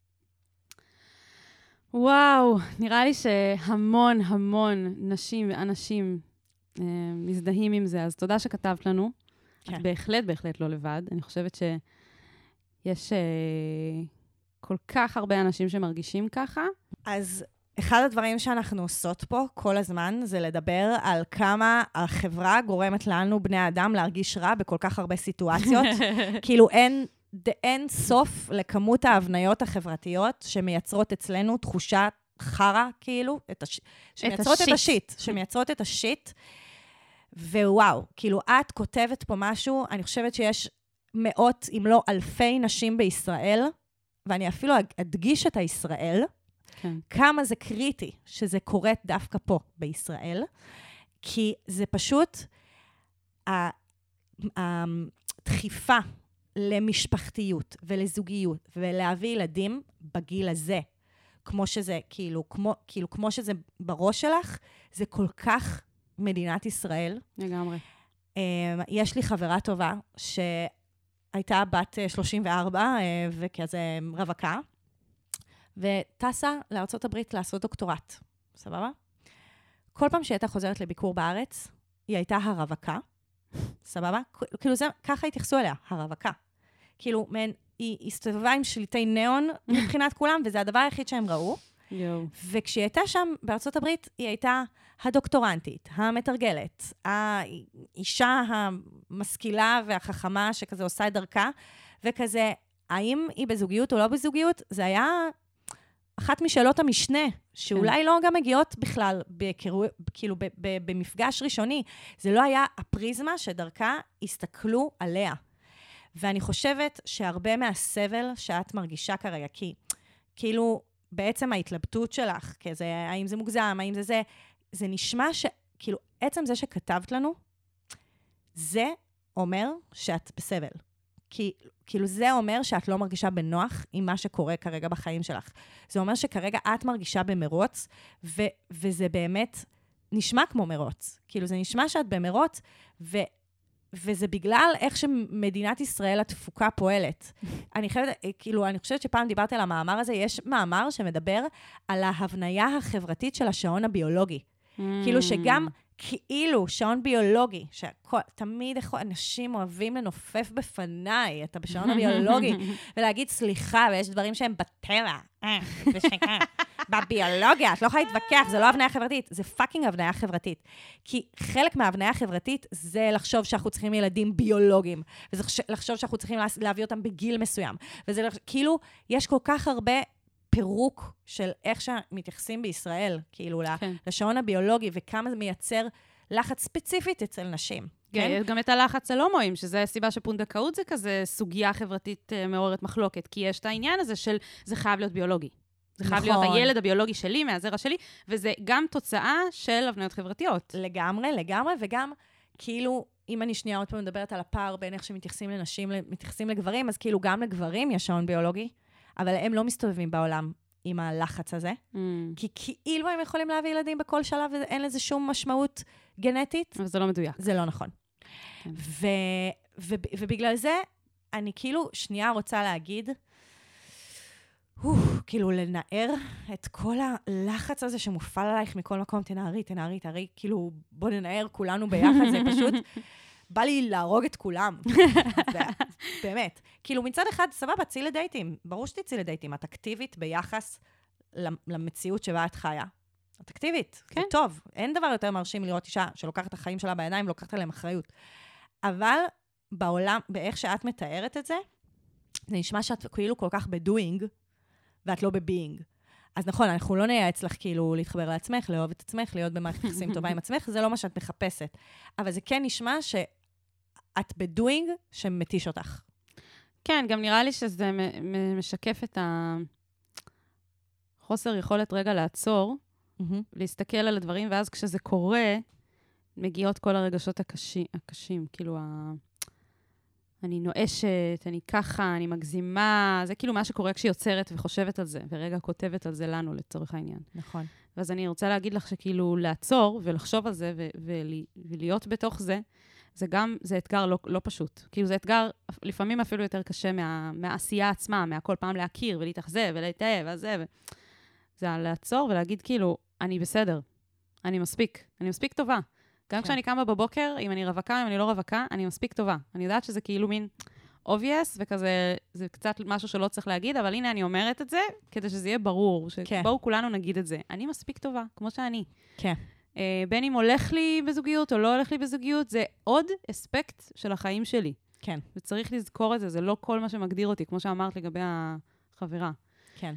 וואו, נראה לי שהמון המון נשים ואנשים אה, מזדהים עם זה, אז תודה שכתבת לנו. כן. את בהחלט, בהחלט לא לבד. אני חושבת שיש אה, כל כך הרבה אנשים שמרגישים ככה. אז אחד הדברים שאנחנו עושות פה כל הזמן, זה לדבר על כמה החברה גורמת לנו, בני האדם, להרגיש רע בכל כך הרבה סיטואציות. כאילו אין, אין סוף לכמות ההבניות החברתיות שמייצרות אצלנו תחושה חרה, כאילו, את הש... שמייצרות את השיט. שמייצרות את השיט. ווואו, כאילו, את כותבת פה משהו, אני חושבת שיש מאות, אם לא אלפי נשים בישראל, ואני אפילו אדגיש את הישראל, כן. כמה זה קריטי שזה קורה דווקא פה בישראל, כי זה פשוט הדחיפה למשפחתיות ולזוגיות ולהביא ילדים בגיל הזה, כמו שזה, כאילו, כמו, כאילו, כמו שזה בראש שלך, זה כל כך מדינת ישראל. לגמרי. יש לי חברה טובה שהייתה בת שלושים וארבע וכזה רווקה, וטסה לארצות הברית לעשות דוקטורט. סבבה? כל פעם שהיא הייתה חוזרת לביקור בארץ, היא הייתה הרווקה. סבבה? כאילו זה, ככה התייחסו אליה, הרווקה. כאילו, מן, היא הסתובבה עם שליטי ניאון מבחינת כולם, וזה הדבר היחיד שהם ראו. יו. וכשהיא הייתה שם בארצות הברית, היא הייתה הדוקטורנטית, המתרגלת, האישה המשכילה והחכמה שכזה עושה את דרכה, וכזה, האם היא בזוגיות או לא בזוגיות? זה היה אחת משאלות המשנה, שאולי לא גם מגיעות בכלל, בקרו, כאילו ב, ב, במפגש ראשוני. זה לא היה הפריזמה שדרכה הסתכלו עליה. ואני חושבת שהרבה מהסבל שאת מרגישה כרגע, כי כאילו בעצם ההתלבטות שלך, כזה, האם זה מוגזם, האם זה זה, זה נשמע שכאילו עצם זה שכתבת לנו, זה אומר שאת בסבל. כי כאילו זה אומר שאת לא מרגישה בנוח עם מה שקורה כרגע בחיים שלך. זה אומר שכרגע את מרגישה במרוץ, ו- וזה באמת נשמע כמו מרוץ. כאילו זה נשמע שאת במרוץ, ו- וזה בגלל איך שמדינת ישראל התפוקה פועלת. אני חושבת, כאילו, אני חושבת שפעם דיברתי על המאמר הזה, יש מאמר שמדבר על ההבניה החברתית של השעון הביולוגי. Mm. כאילו שגם כאילו שעון ביולוגי, שתמיד אנשים אוהבים לנופף בפניי את השעון הביולוגי, ולהגיד סליחה, ויש דברים שהם בטבע, ושכן, בביולוגיה, את לא יכולה להתווכח, זה לא הבניה חברתית, זה פאקינג הבניה חברתית. כי חלק מההבניה החברתית זה לחשוב שאנחנו צריכים ילדים ביולוגיים, וזה לחשוב שאנחנו צריכים להביא אותם בגיל מסוים, וזה כאילו, יש כל כך הרבה פירוק של איך שמתייחסים בישראל, כאילו, כן. לשעון הביולוגי, וכמה זה מייצר לחץ ספציפית אצל נשים. כן? יש גם את הלחץ הלומואים, שזה הסיבה שפונדקאות זה כזה סוגיה חברתית מעוררת מחלוקת, כי יש את העניין הזה של זה חייב להיות ביולוגי. זה חייב נכון. להיות הילד הביולוגי שלי, מהזרע שלי, וזה גם תוצאה של הבניות חברתיות. לגמרי, לגמרי, וגם כאילו, אם אני שנייה עוד פעם מדברת על הפער בין איך שמתייחסים לנשים, מתייחסים לגברים, אז כאילו גם לגברים יש שעון ביולוגי, אבל הם לא מסתובבים בעולם עם הלחץ הזה, mm. כי כאילו הם יכולים להביא ילדים בכל שלב, ואין לזה שום משמעות גנטית. אבל זה לא מדויק. זה לא נכון. כן. ו- ו- ובגלל זה, אני כאילו שנייה רוצה להגיד, הו, כאילו לנער את כל הלחץ הזה שמופעל עלייך מכל מקום, תנערי, תנערי, תנערי, כאילו בוא ננער כולנו ביחד, זה פשוט בא לי להרוג את כולם. באמת. כאילו מצד אחד, סבבה, צאי לדייטים. ברור שתצאי לדייטים. את אקטיבית ביחס למציאות שבה את חיה. את אקטיבית. כן. זה טוב. אין דבר יותר מרשים לראות אישה שלוקחת את החיים שלה בידיים ולוקחת עליהם אחריות. אבל בעולם, באיך שאת מתארת את זה, זה נשמע שאת כאילו כל כך בדואינג, ואת לא בביינג. אז נכון, אנחנו לא נייעץ לך כאילו להתחבר לעצמך, לאהוב את עצמך, להיות במערכת יחסים טובה עם עצמך, זה לא מה שאת מחפשת. אבל זה כן נשמע שאת בדואינג שמתיש אותך. כן, גם נראה לי שזה משקף את החוסר יכולת רגע לעצור, להסתכל על הדברים, ואז כשזה קורה, מגיעות כל הרגשות הקשים, הקשים, כאילו, ה... אני נואשת, אני ככה, אני מגזימה, זה כאילו מה שקורה כשהיא יוצרת וחושבת על זה, ורגע כותבת על זה לנו, לצורך העניין. נכון. ואז אני רוצה להגיד לך שכאילו לעצור ולחשוב על זה ו- ו- ולהיות בתוך זה, זה גם, זה אתגר לא, לא פשוט. כאילו זה אתגר לפעמים אפילו יותר קשה מה, מהעשייה עצמה, מהכל פעם להכיר ולהתאכזב ולהתאהב וזה. ו... זה על לעצור ולהגיד כאילו, אני בסדר, אני מספיק, אני מספיק טובה. גם כשאני קמה בבוקר, אם אני רווקה, אם אני לא רווקה, אני מספיק טובה. אני יודעת שזה כאילו מין obvious, וכזה, זה קצת משהו שלא צריך להגיד, אבל הנה אני אומרת את זה, כדי שזה יהיה ברור, שבואו כולנו נגיד את זה. אני מספיק טובה, כמו שאני. כן. בין אם הולך לי בזוגיות או לא הולך לי בזוגיות, זה עוד אספקט של החיים שלי. כן. וצריך לזכור את זה, זה לא כל מה שמגדיר אותי, כמו שאמרת לגבי החברה. כן.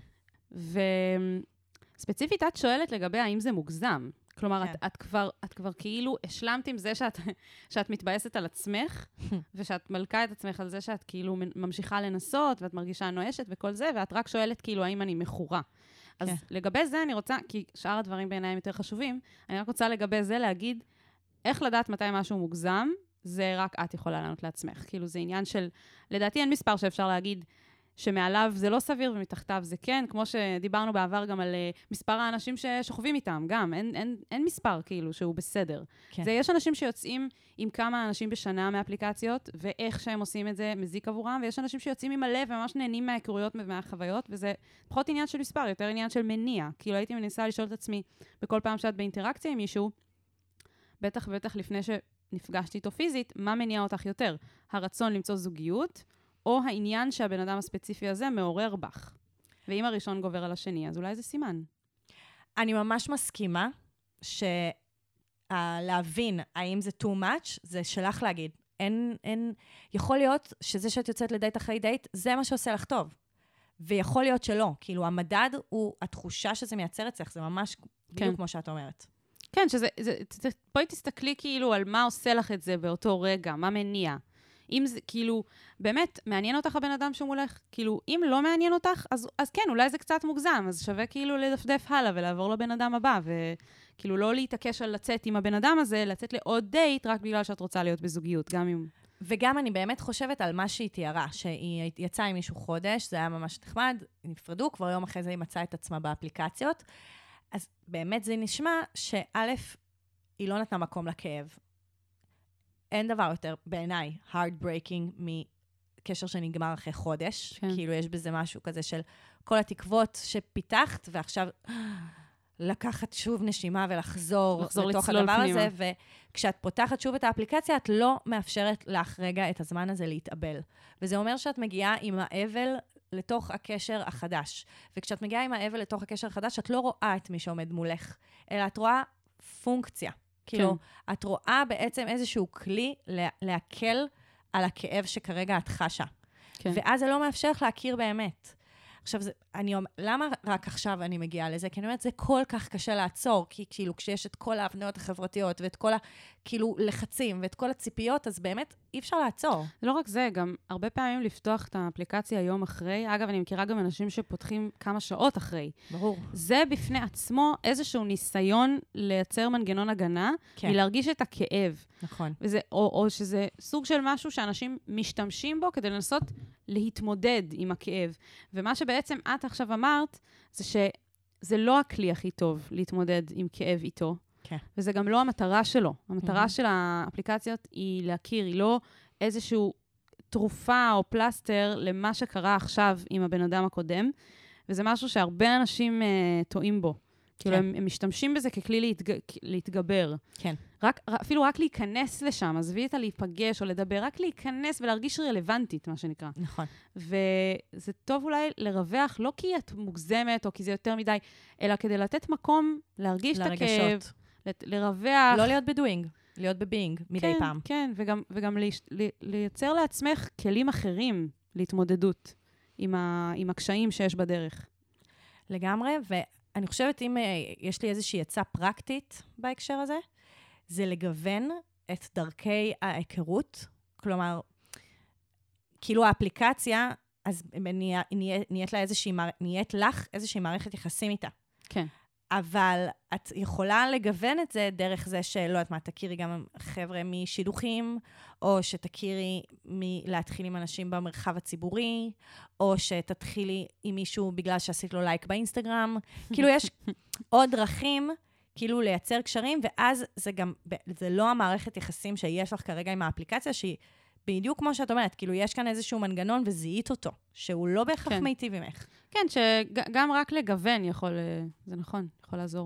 וספציפית, את שואלת לגבי האם זה מוגזם. כלומר, כן. את, את, כבר, את כבר כאילו השלמת עם זה שאת, שאת מתבאסת על עצמך, ושאת מלכה את עצמך על זה שאת כאילו ממשיכה לנסות, ואת מרגישה נואשת וכל זה, ואת רק שואלת כאילו האם אני מכורה. אז כן. לגבי זה אני רוצה, כי שאר הדברים בעיניי הם יותר חשובים, אני רק רוצה לגבי זה להגיד, איך לדעת מתי משהו מוגזם, זה רק את יכולה לענות לעצמך. כאילו זה עניין של, לדעתי אין מספר שאפשר להגיד, שמעליו זה לא סביר ומתחתיו זה כן, כמו שדיברנו בעבר גם על uh, מספר האנשים ששוכבים איתם, גם, אין, אין, אין מספר כאילו שהוא בסדר. כן. זה, יש אנשים שיוצאים עם כמה אנשים בשנה מאפליקציות, ואיך שהם עושים את זה מזיק עבורם, ויש אנשים שיוצאים עם הלב וממש נהנים מההיכרויות ומהחוויות, וזה פחות עניין של מספר, יותר עניין של מניע. כאילו הייתי מנסה לשאול את עצמי, בכל פעם שאת באינטראקציה עם מישהו, בטח ובטח לפני שנפגשתי איתו פיזית, מה מניע אותך יותר? הרצון למצוא זוגיות, או העניין שהבן אדם הספציפי הזה מעורר בך. ואם הראשון גובר על השני, אז אולי זה סימן. אני ממש מסכימה שלהבין האם זה too much, זה שלך להגיד. אין, אין, יכול להיות שזה שאת יוצאת לדייט אחרי דייט, זה מה שעושה לך טוב. ויכול להיות שלא. כאילו, המדד הוא התחושה שזה מייצר אצלך, זה ממש בדיוק כן. כמו שאת אומרת. כן, שזה, זה, זה, בואי תסתכלי כאילו על מה עושה לך את זה באותו רגע, מה מניע. אם זה, כאילו, באמת, מעניין אותך הבן אדם שמולך? כאילו, אם לא מעניין אותך, אז, אז כן, אולי זה קצת מוגזם, אז שווה כאילו לדפדף הלאה ולעבור לבן אדם הבא, וכאילו לא להתעקש על לצאת עם הבן אדם הזה, לצאת לעוד דייט, רק בגלל שאת רוצה להיות בזוגיות, גם אם... וגם אני באמת חושבת על מה שהיא תיארה, שהיא יצאה עם מישהו חודש, זה היה ממש נחמד, נפרדו, כבר יום אחרי זה היא מצאה את עצמה באפליקציות, אז באמת זה נשמע שא', היא לא נתנה מקום לכאב. אין דבר יותר, בעיניי, heartbreaking מקשר שנגמר אחרי חודש. כן. כאילו, יש בזה משהו כזה של כל התקוות שפיתחת, ועכשיו לקחת שוב נשימה ולחזור לתוך הדבר פנימה. הזה, וכשאת פותחת שוב את האפליקציה, את לא מאפשרת לך רגע את הזמן הזה להתאבל. וזה אומר שאת מגיעה עם האבל לתוך הקשר החדש. וכשאת מגיעה עם האבל לתוך הקשר החדש, את לא רואה את מי שעומד מולך, אלא את רואה פונקציה. כאילו, כן. את רואה בעצם איזשהו כלי להקל על הכאב שכרגע את חשה. כן. ואז זה לא מאפשר לך להכיר באמת. עכשיו, זה, אני, למה רק עכשיו אני מגיעה לזה? כי אני אומרת, זה כל כך קשה לעצור, כי כאילו, כשיש את כל ההבניות החברתיות, ואת כל ה, כאילו, לחצים, ואת כל הציפיות, אז באמת אי אפשר לעצור. לא רק זה, גם הרבה פעמים לפתוח את האפליקציה יום אחרי, אגב, אני מכירה גם אנשים שפותחים כמה שעות אחרי. ברור. זה בפני עצמו איזשהו ניסיון לייצר מנגנון הגנה, כן. מלהרגיש את הכאב. נכון. וזה, או, או שזה סוג של משהו שאנשים משתמשים בו כדי לנסות להתמודד עם הכאב. ומה שבעצם את עכשיו אמרת, זה שזה לא הכלי הכי טוב להתמודד עם כאב איתו. כן. וזה גם לא המטרה שלו. המטרה mm-hmm. של האפליקציות היא להכיר, היא לא איזשהו תרופה או פלסטר למה שקרה עכשיו עם הבן אדם הקודם, וזה משהו שהרבה אנשים uh, טועים בו. כאילו, הם, הם משתמשים בזה ככלי להתג... להתגבר. כן. רק, אפילו רק להיכנס לשם, עזבי את להיפגש או לדבר, רק להיכנס ולהרגיש רלוונטית, מה שנקרא. נכון. וזה טוב אולי לרווח, לא כי את מוגזמת או כי זה יותר מדי, אלא כדי לתת מקום להרגיש את הכאב, לרווח. לא להיות בדואינג, להיות בביינג מדי כן, פעם. כן, וגם, וגם לי, לי, לייצר לעצמך כלים אחרים להתמודדות. עם, ה, עם הקשיים שיש בדרך. לגמרי, ואני חושבת אם יש לי איזושהי עצה פרקטית בהקשר הזה, זה לגוון את דרכי ההיכרות, כלומר, כאילו האפליקציה, אז נהיה, נהיית, לה איזושהי, נהיית לך איזושהי מערכת יחסים איתה. כן. אבל את יכולה לגוון את זה דרך זה שלא יודעת מה, תכירי גם חבר'ה משידוכים, או שתכירי מלהתחיל עם אנשים במרחב הציבורי, או שתתחילי עם מישהו בגלל שעשית לו לייק באינסטגרם. כאילו יש עוד דרכים, כאילו לייצר קשרים, ואז זה גם, זה לא המערכת יחסים שיש לך כרגע עם האפליקציה, שהיא בדיוק כמו שאת אומרת, כאילו יש כאן איזשהו מנגנון וזיהית אותו, שהוא לא בהכרח כן. מיטיב ממך. כן, שגם רק לגוון יכול, זה נכון, יכול לעזור.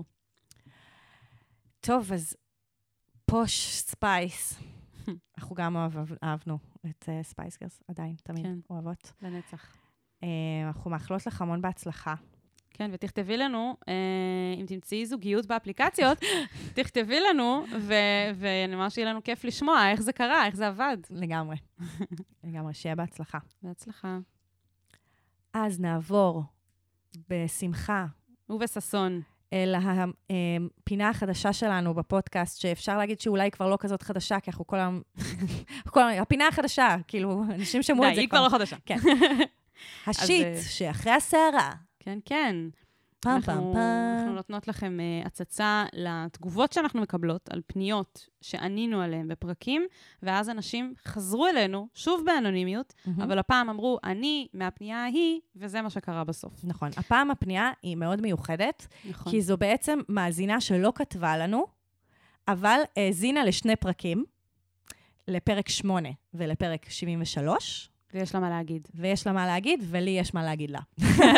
טוב, אז פוש ספייס. אנחנו גם אוהב, אהבנו את uh, ספייס גרס, עדיין, תמיד כן. אוהבות. לנצח. Uh, אנחנו מאחלות לך המון בהצלחה. כן, ותכתבי לנו, אה, אם תמצאי זוגיות באפליקציות, תכתבי לנו, ו- ואני אומר שיהיה לנו כיף לשמוע איך זה קרה, איך זה עבד. לגמרי. לגמרי, שיהיה בהצלחה. בהצלחה. אז נעבור בשמחה ובששון. אל הפינה החדשה שלנו בפודקאסט, שאפשר להגיד שאולי כבר לא כזאת חדשה, כי אנחנו כל היום... כל היום, הפינה החדשה, כאילו, אנשים שמעו את זה כבר. די, היא כבר לא חדשה. כן. השיט שאחרי הסערה. כן, כן. פם, אנחנו, פם, פם. אנחנו נותנות לכם uh, הצצה לתגובות שאנחנו מקבלות על פניות שענינו עליהן בפרקים, ואז אנשים חזרו אלינו, שוב באנונימיות, Mm-hmm. אבל הפעם אמרו, אני מהפנייה ההיא, וזה מה שקרה בסוף. נכון. הפעם הפנייה היא מאוד מיוחדת, נכון. כי זו בעצם מאזינה שלא כתבה לנו, אבל האזינה לשני פרקים, לפרק שמונה ולפרק שבעים ושלוש, ויש לה מה להגיד. ויש לה מה להגיד, ולי יש מה להגיד לה.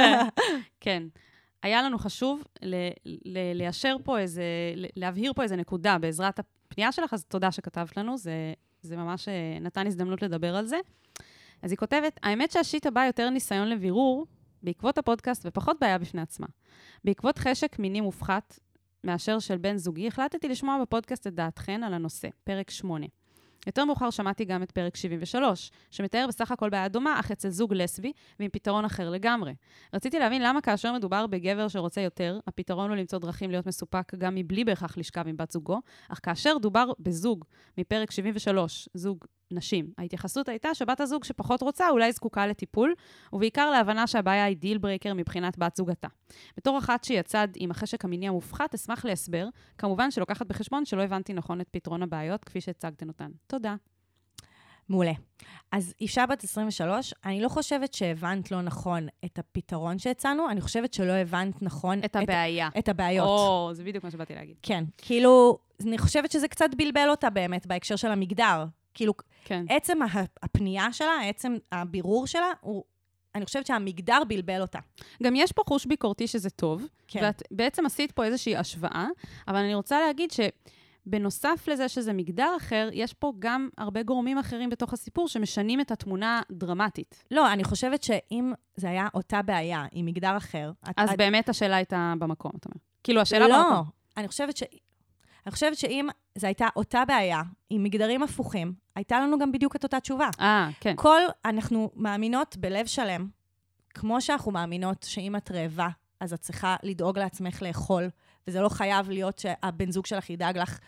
כן. היה לנו חשוב ל- ל- ליישר פה איזה, להבהיר פה איזה נקודה בעזרת הפנייה שלך, אז תודה שכתבת לנו, זה, זה ממש נתן הזדמנות לדבר על זה. אז היא כותבת, האמת שהשיט הבא יותר ניסיון לבירור, בעקבות הפודקאסט ופחות בעיה בפני עצמה. בעקבות חשק מיני מופחת מאשר של בן זוגי, החלטתי לשמוע בפודקאסט את דעתכן על הנושא, פרק שמונה. יותר מאוחר שמעתי גם את פרק שבעים ושלוש, שמתאר בסך הכל בעיה דומה, אך אצל זוג לסבי, ועם פתרון אחר לגמרי. רציתי להבין למה כאשר מדובר בגבר שרוצה יותר, הפתרון הוא למצוא דרכים להיות מסופק גם מבלי בהכרח לשכב עם בת זוגו, אך כאשר דובר בזוג מפרק שבעים ושלוש, זוג נשים, ההתייחסות הייתה שבת הזוג שפחות רוצה אולי זקוקה לטיפול, ובעיקר להבנה שהבעיה היא דיל ברייקר מבחינת בת זוגתה. בתור אחת שהיא הצד עם החשק המיני המופחת, אשמח להסבר, כמובן שלוקחת בחשבון שלא הבנתי נכון את פתרון הבעיות כפי שהצגתן אותן. תודה. מעולה. אז אישה בת עשרים ושלוש, אני לא חושבת שהבנת לא נכון את הפתרון שהצענו, אני חושבת שלא הבנת נכון את הבעיה. את, את הבעיות. או, זה בדיוק מה שבאתי להגיד. כן, כאילו, אני חושבת שזה קצת בלבל אותה באמת בהקשר של המגדר. כאילו, כן. עצם הפנייה שלה, עצם הבירור שלה, הוא, אני חושבת שהמגדר בלבל אותה. גם יש פה חוש ביקורתי שזה טוב, כן. ואת בעצם עשית פה איזושהי השוואה, אבל אני רוצה להגיד שבנוסף לזה שזה מגדר אחר, יש פה גם הרבה גורמים אחרים בתוך הסיפור שמשנים את התמונה דרמטית. לא, אני חושבת שאם זה היה אותה בעיה עם מגדר אחר... אז את, באמת השאלה הייתה במקום, אתה אומר. כאילו, השאלה לא, במקום. לא, אני חושבת ש... אני חושבת שאם זו הייתה אותה בעיה, עם מגדרים הפוכים, הייתה לנו גם בדיוק את אותה תשובה. אה, כן. כל, אנחנו מאמינות בלב שלם, כמו שאנחנו מאמינות שאם את רעבה, אז את צריכה לדאוג לעצמך לאכול, וזה לא חייב להיות שהבן זוג שלך ידאג לך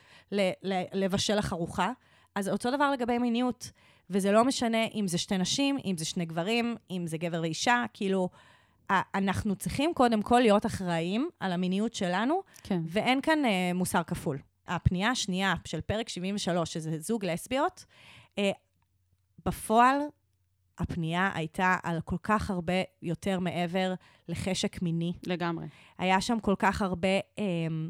לבשל לך ארוחה, אז אותו דבר לגבי מיניות, וזה לא משנה אם זה שתי נשים, אם זה שני גברים, אם זה גבר ואישה, כאילו, אנחנו צריכים קודם כל להיות אחראים על המיניות שלנו, כן. ואין כאן אה, מוסר כפול. הפנייה השנייה של פרק שבעים ושלוש, שזה זוג לסביות, אה, בפועל הפנייה הייתה על כל כך הרבה יותר מעבר לחשק מיני. לגמרי. היה שם כל כך הרבה אה,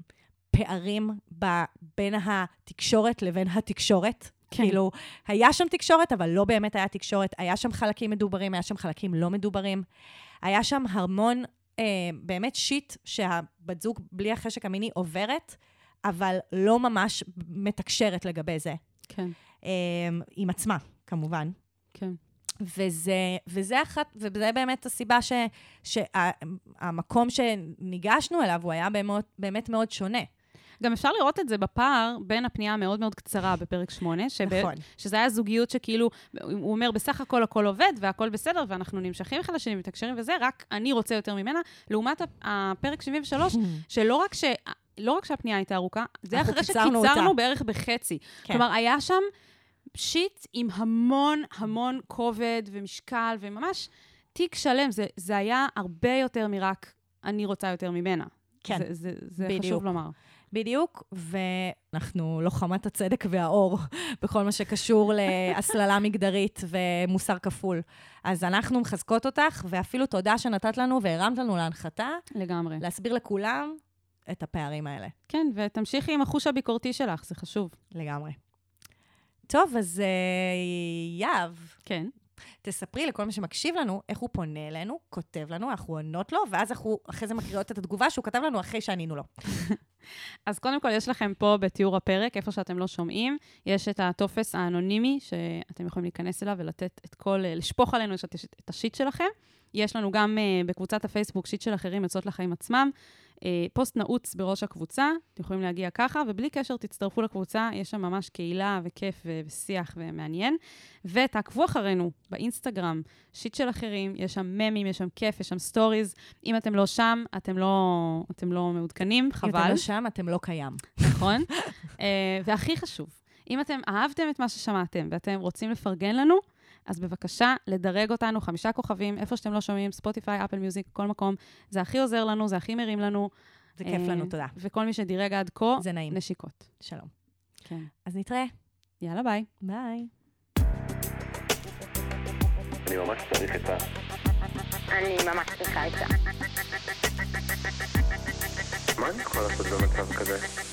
פערים ב, בין התקשורת לבין התקשורת. כן. כאילו, היה שם תקשורת, אבל לא באמת היה תקשורת. היה שם חלקים מדוברים, היה שם חלקים לא מדוברים. היה שם המון, אה, באמת שיט שהבת זוג בלי החשק המיני עוברת, אבל לא ממש מתקשרת לגבי זה. כן. אה, עם עצמה, כמובן. כן. וזה, וזה אחת, וזה באמת הסיבה ש, שהמקום שניגשנו אליו, הוא היה באמת, באמת מאוד שונה. גם אפשר לראות את זה בפער בין הפנייה המאוד מאוד קצרה בפרק שמונה, שב... נכון. שזה היה זוגיות שכאילו, הוא אומר, בסך הכל הכל עובד, והכל בסדר, ואנחנו נמשכים אחד לשני, מתקשרים וזה, רק אני רוצה יותר ממנה, לעומת הפרק שבעים ושלוש, שלא רק ש... לא רק שהפנייה הייתה ארוכה, זה אחרי שקיצרנו בערך בחצי. כן. כלומר, היה שם שיט עם המון המון כובד ומשקל, וממש תיק שלם. זה, זה היה הרבה יותר מרק אני רוצה יותר ממנה. כן. זה, זה, זה חשוב לומר. בדיוק, ואנחנו לוחמת הצדק והאור בכל מה שקשור להסללה מגדרית ומוסר כפול. אז אנחנו מחזקות אותך, ואפילו תודה שנתת לנו והרמת לנו להנחתה. לגמרי. להסביר לכולם את הפערים האלה. כן, ותמשיכי עם החוש הביקורתי שלך, זה חשוב. לגמרי. טוב, אז יאב. כן. תספרי לכל מי שמקשיב לנו, איך הוא פונה אלינו, כותב לנו, אנחנו עונות לו, ואז אנחנו אחרי זה מקריאות את התגובה שהוא כתב לנו אחרי שענינו לו. אז קודם כל, יש לכם פה בתיאור הפרק, איפה שאתם לא שומעים, יש את הטופס האנונימי, שאתם יכולים להיכנס אליו ולתת את כל, לשפוך עלינו את השיט שלכם. יש לנו גם uh, בקבוצת הפייסבוק, שיט של אחרים, יוצאות לחיים עצמם, uh, פוסט נעוץ בראש הקבוצה, אתם יכולים להגיע ככה, ובלי קשר תצטרפו לקבוצה, יש שם ממש קהילה וכיף ו- ושיח ומעניין, ותעקבו אחרינו באינסטגרם, שיט של אחרים, יש שם ממים, יש שם כיף, יש שם סטוריז, אם אתם לא שם, אתם לא, אתם לא מעודכנים, חבל. אם אתם לא שם, אתם לא קיים. נכון. uh, והכי חשוב, אם אתם אהבתם את מה ששמעתם, ואתם רוצים לפרגן לנו, אז בבקשה, לדרג אותנו, חמישה כוכבים, איפה שאתם לא שומעים, ספוטיפיי, אפל מיוזיק, כל מקום. זה הכי עוזר לנו, זה הכי מרים לנו. זה כיף לנו, תודה. וכל מי שדירג עד כה, זה נעים. נשיקות. שלום. כן. אז נתראה. יאללה, ביי. ביי. אני ממש צריך את ה... אני ממש צריכה את זה. מה אני יכול לעשות במצב כזה?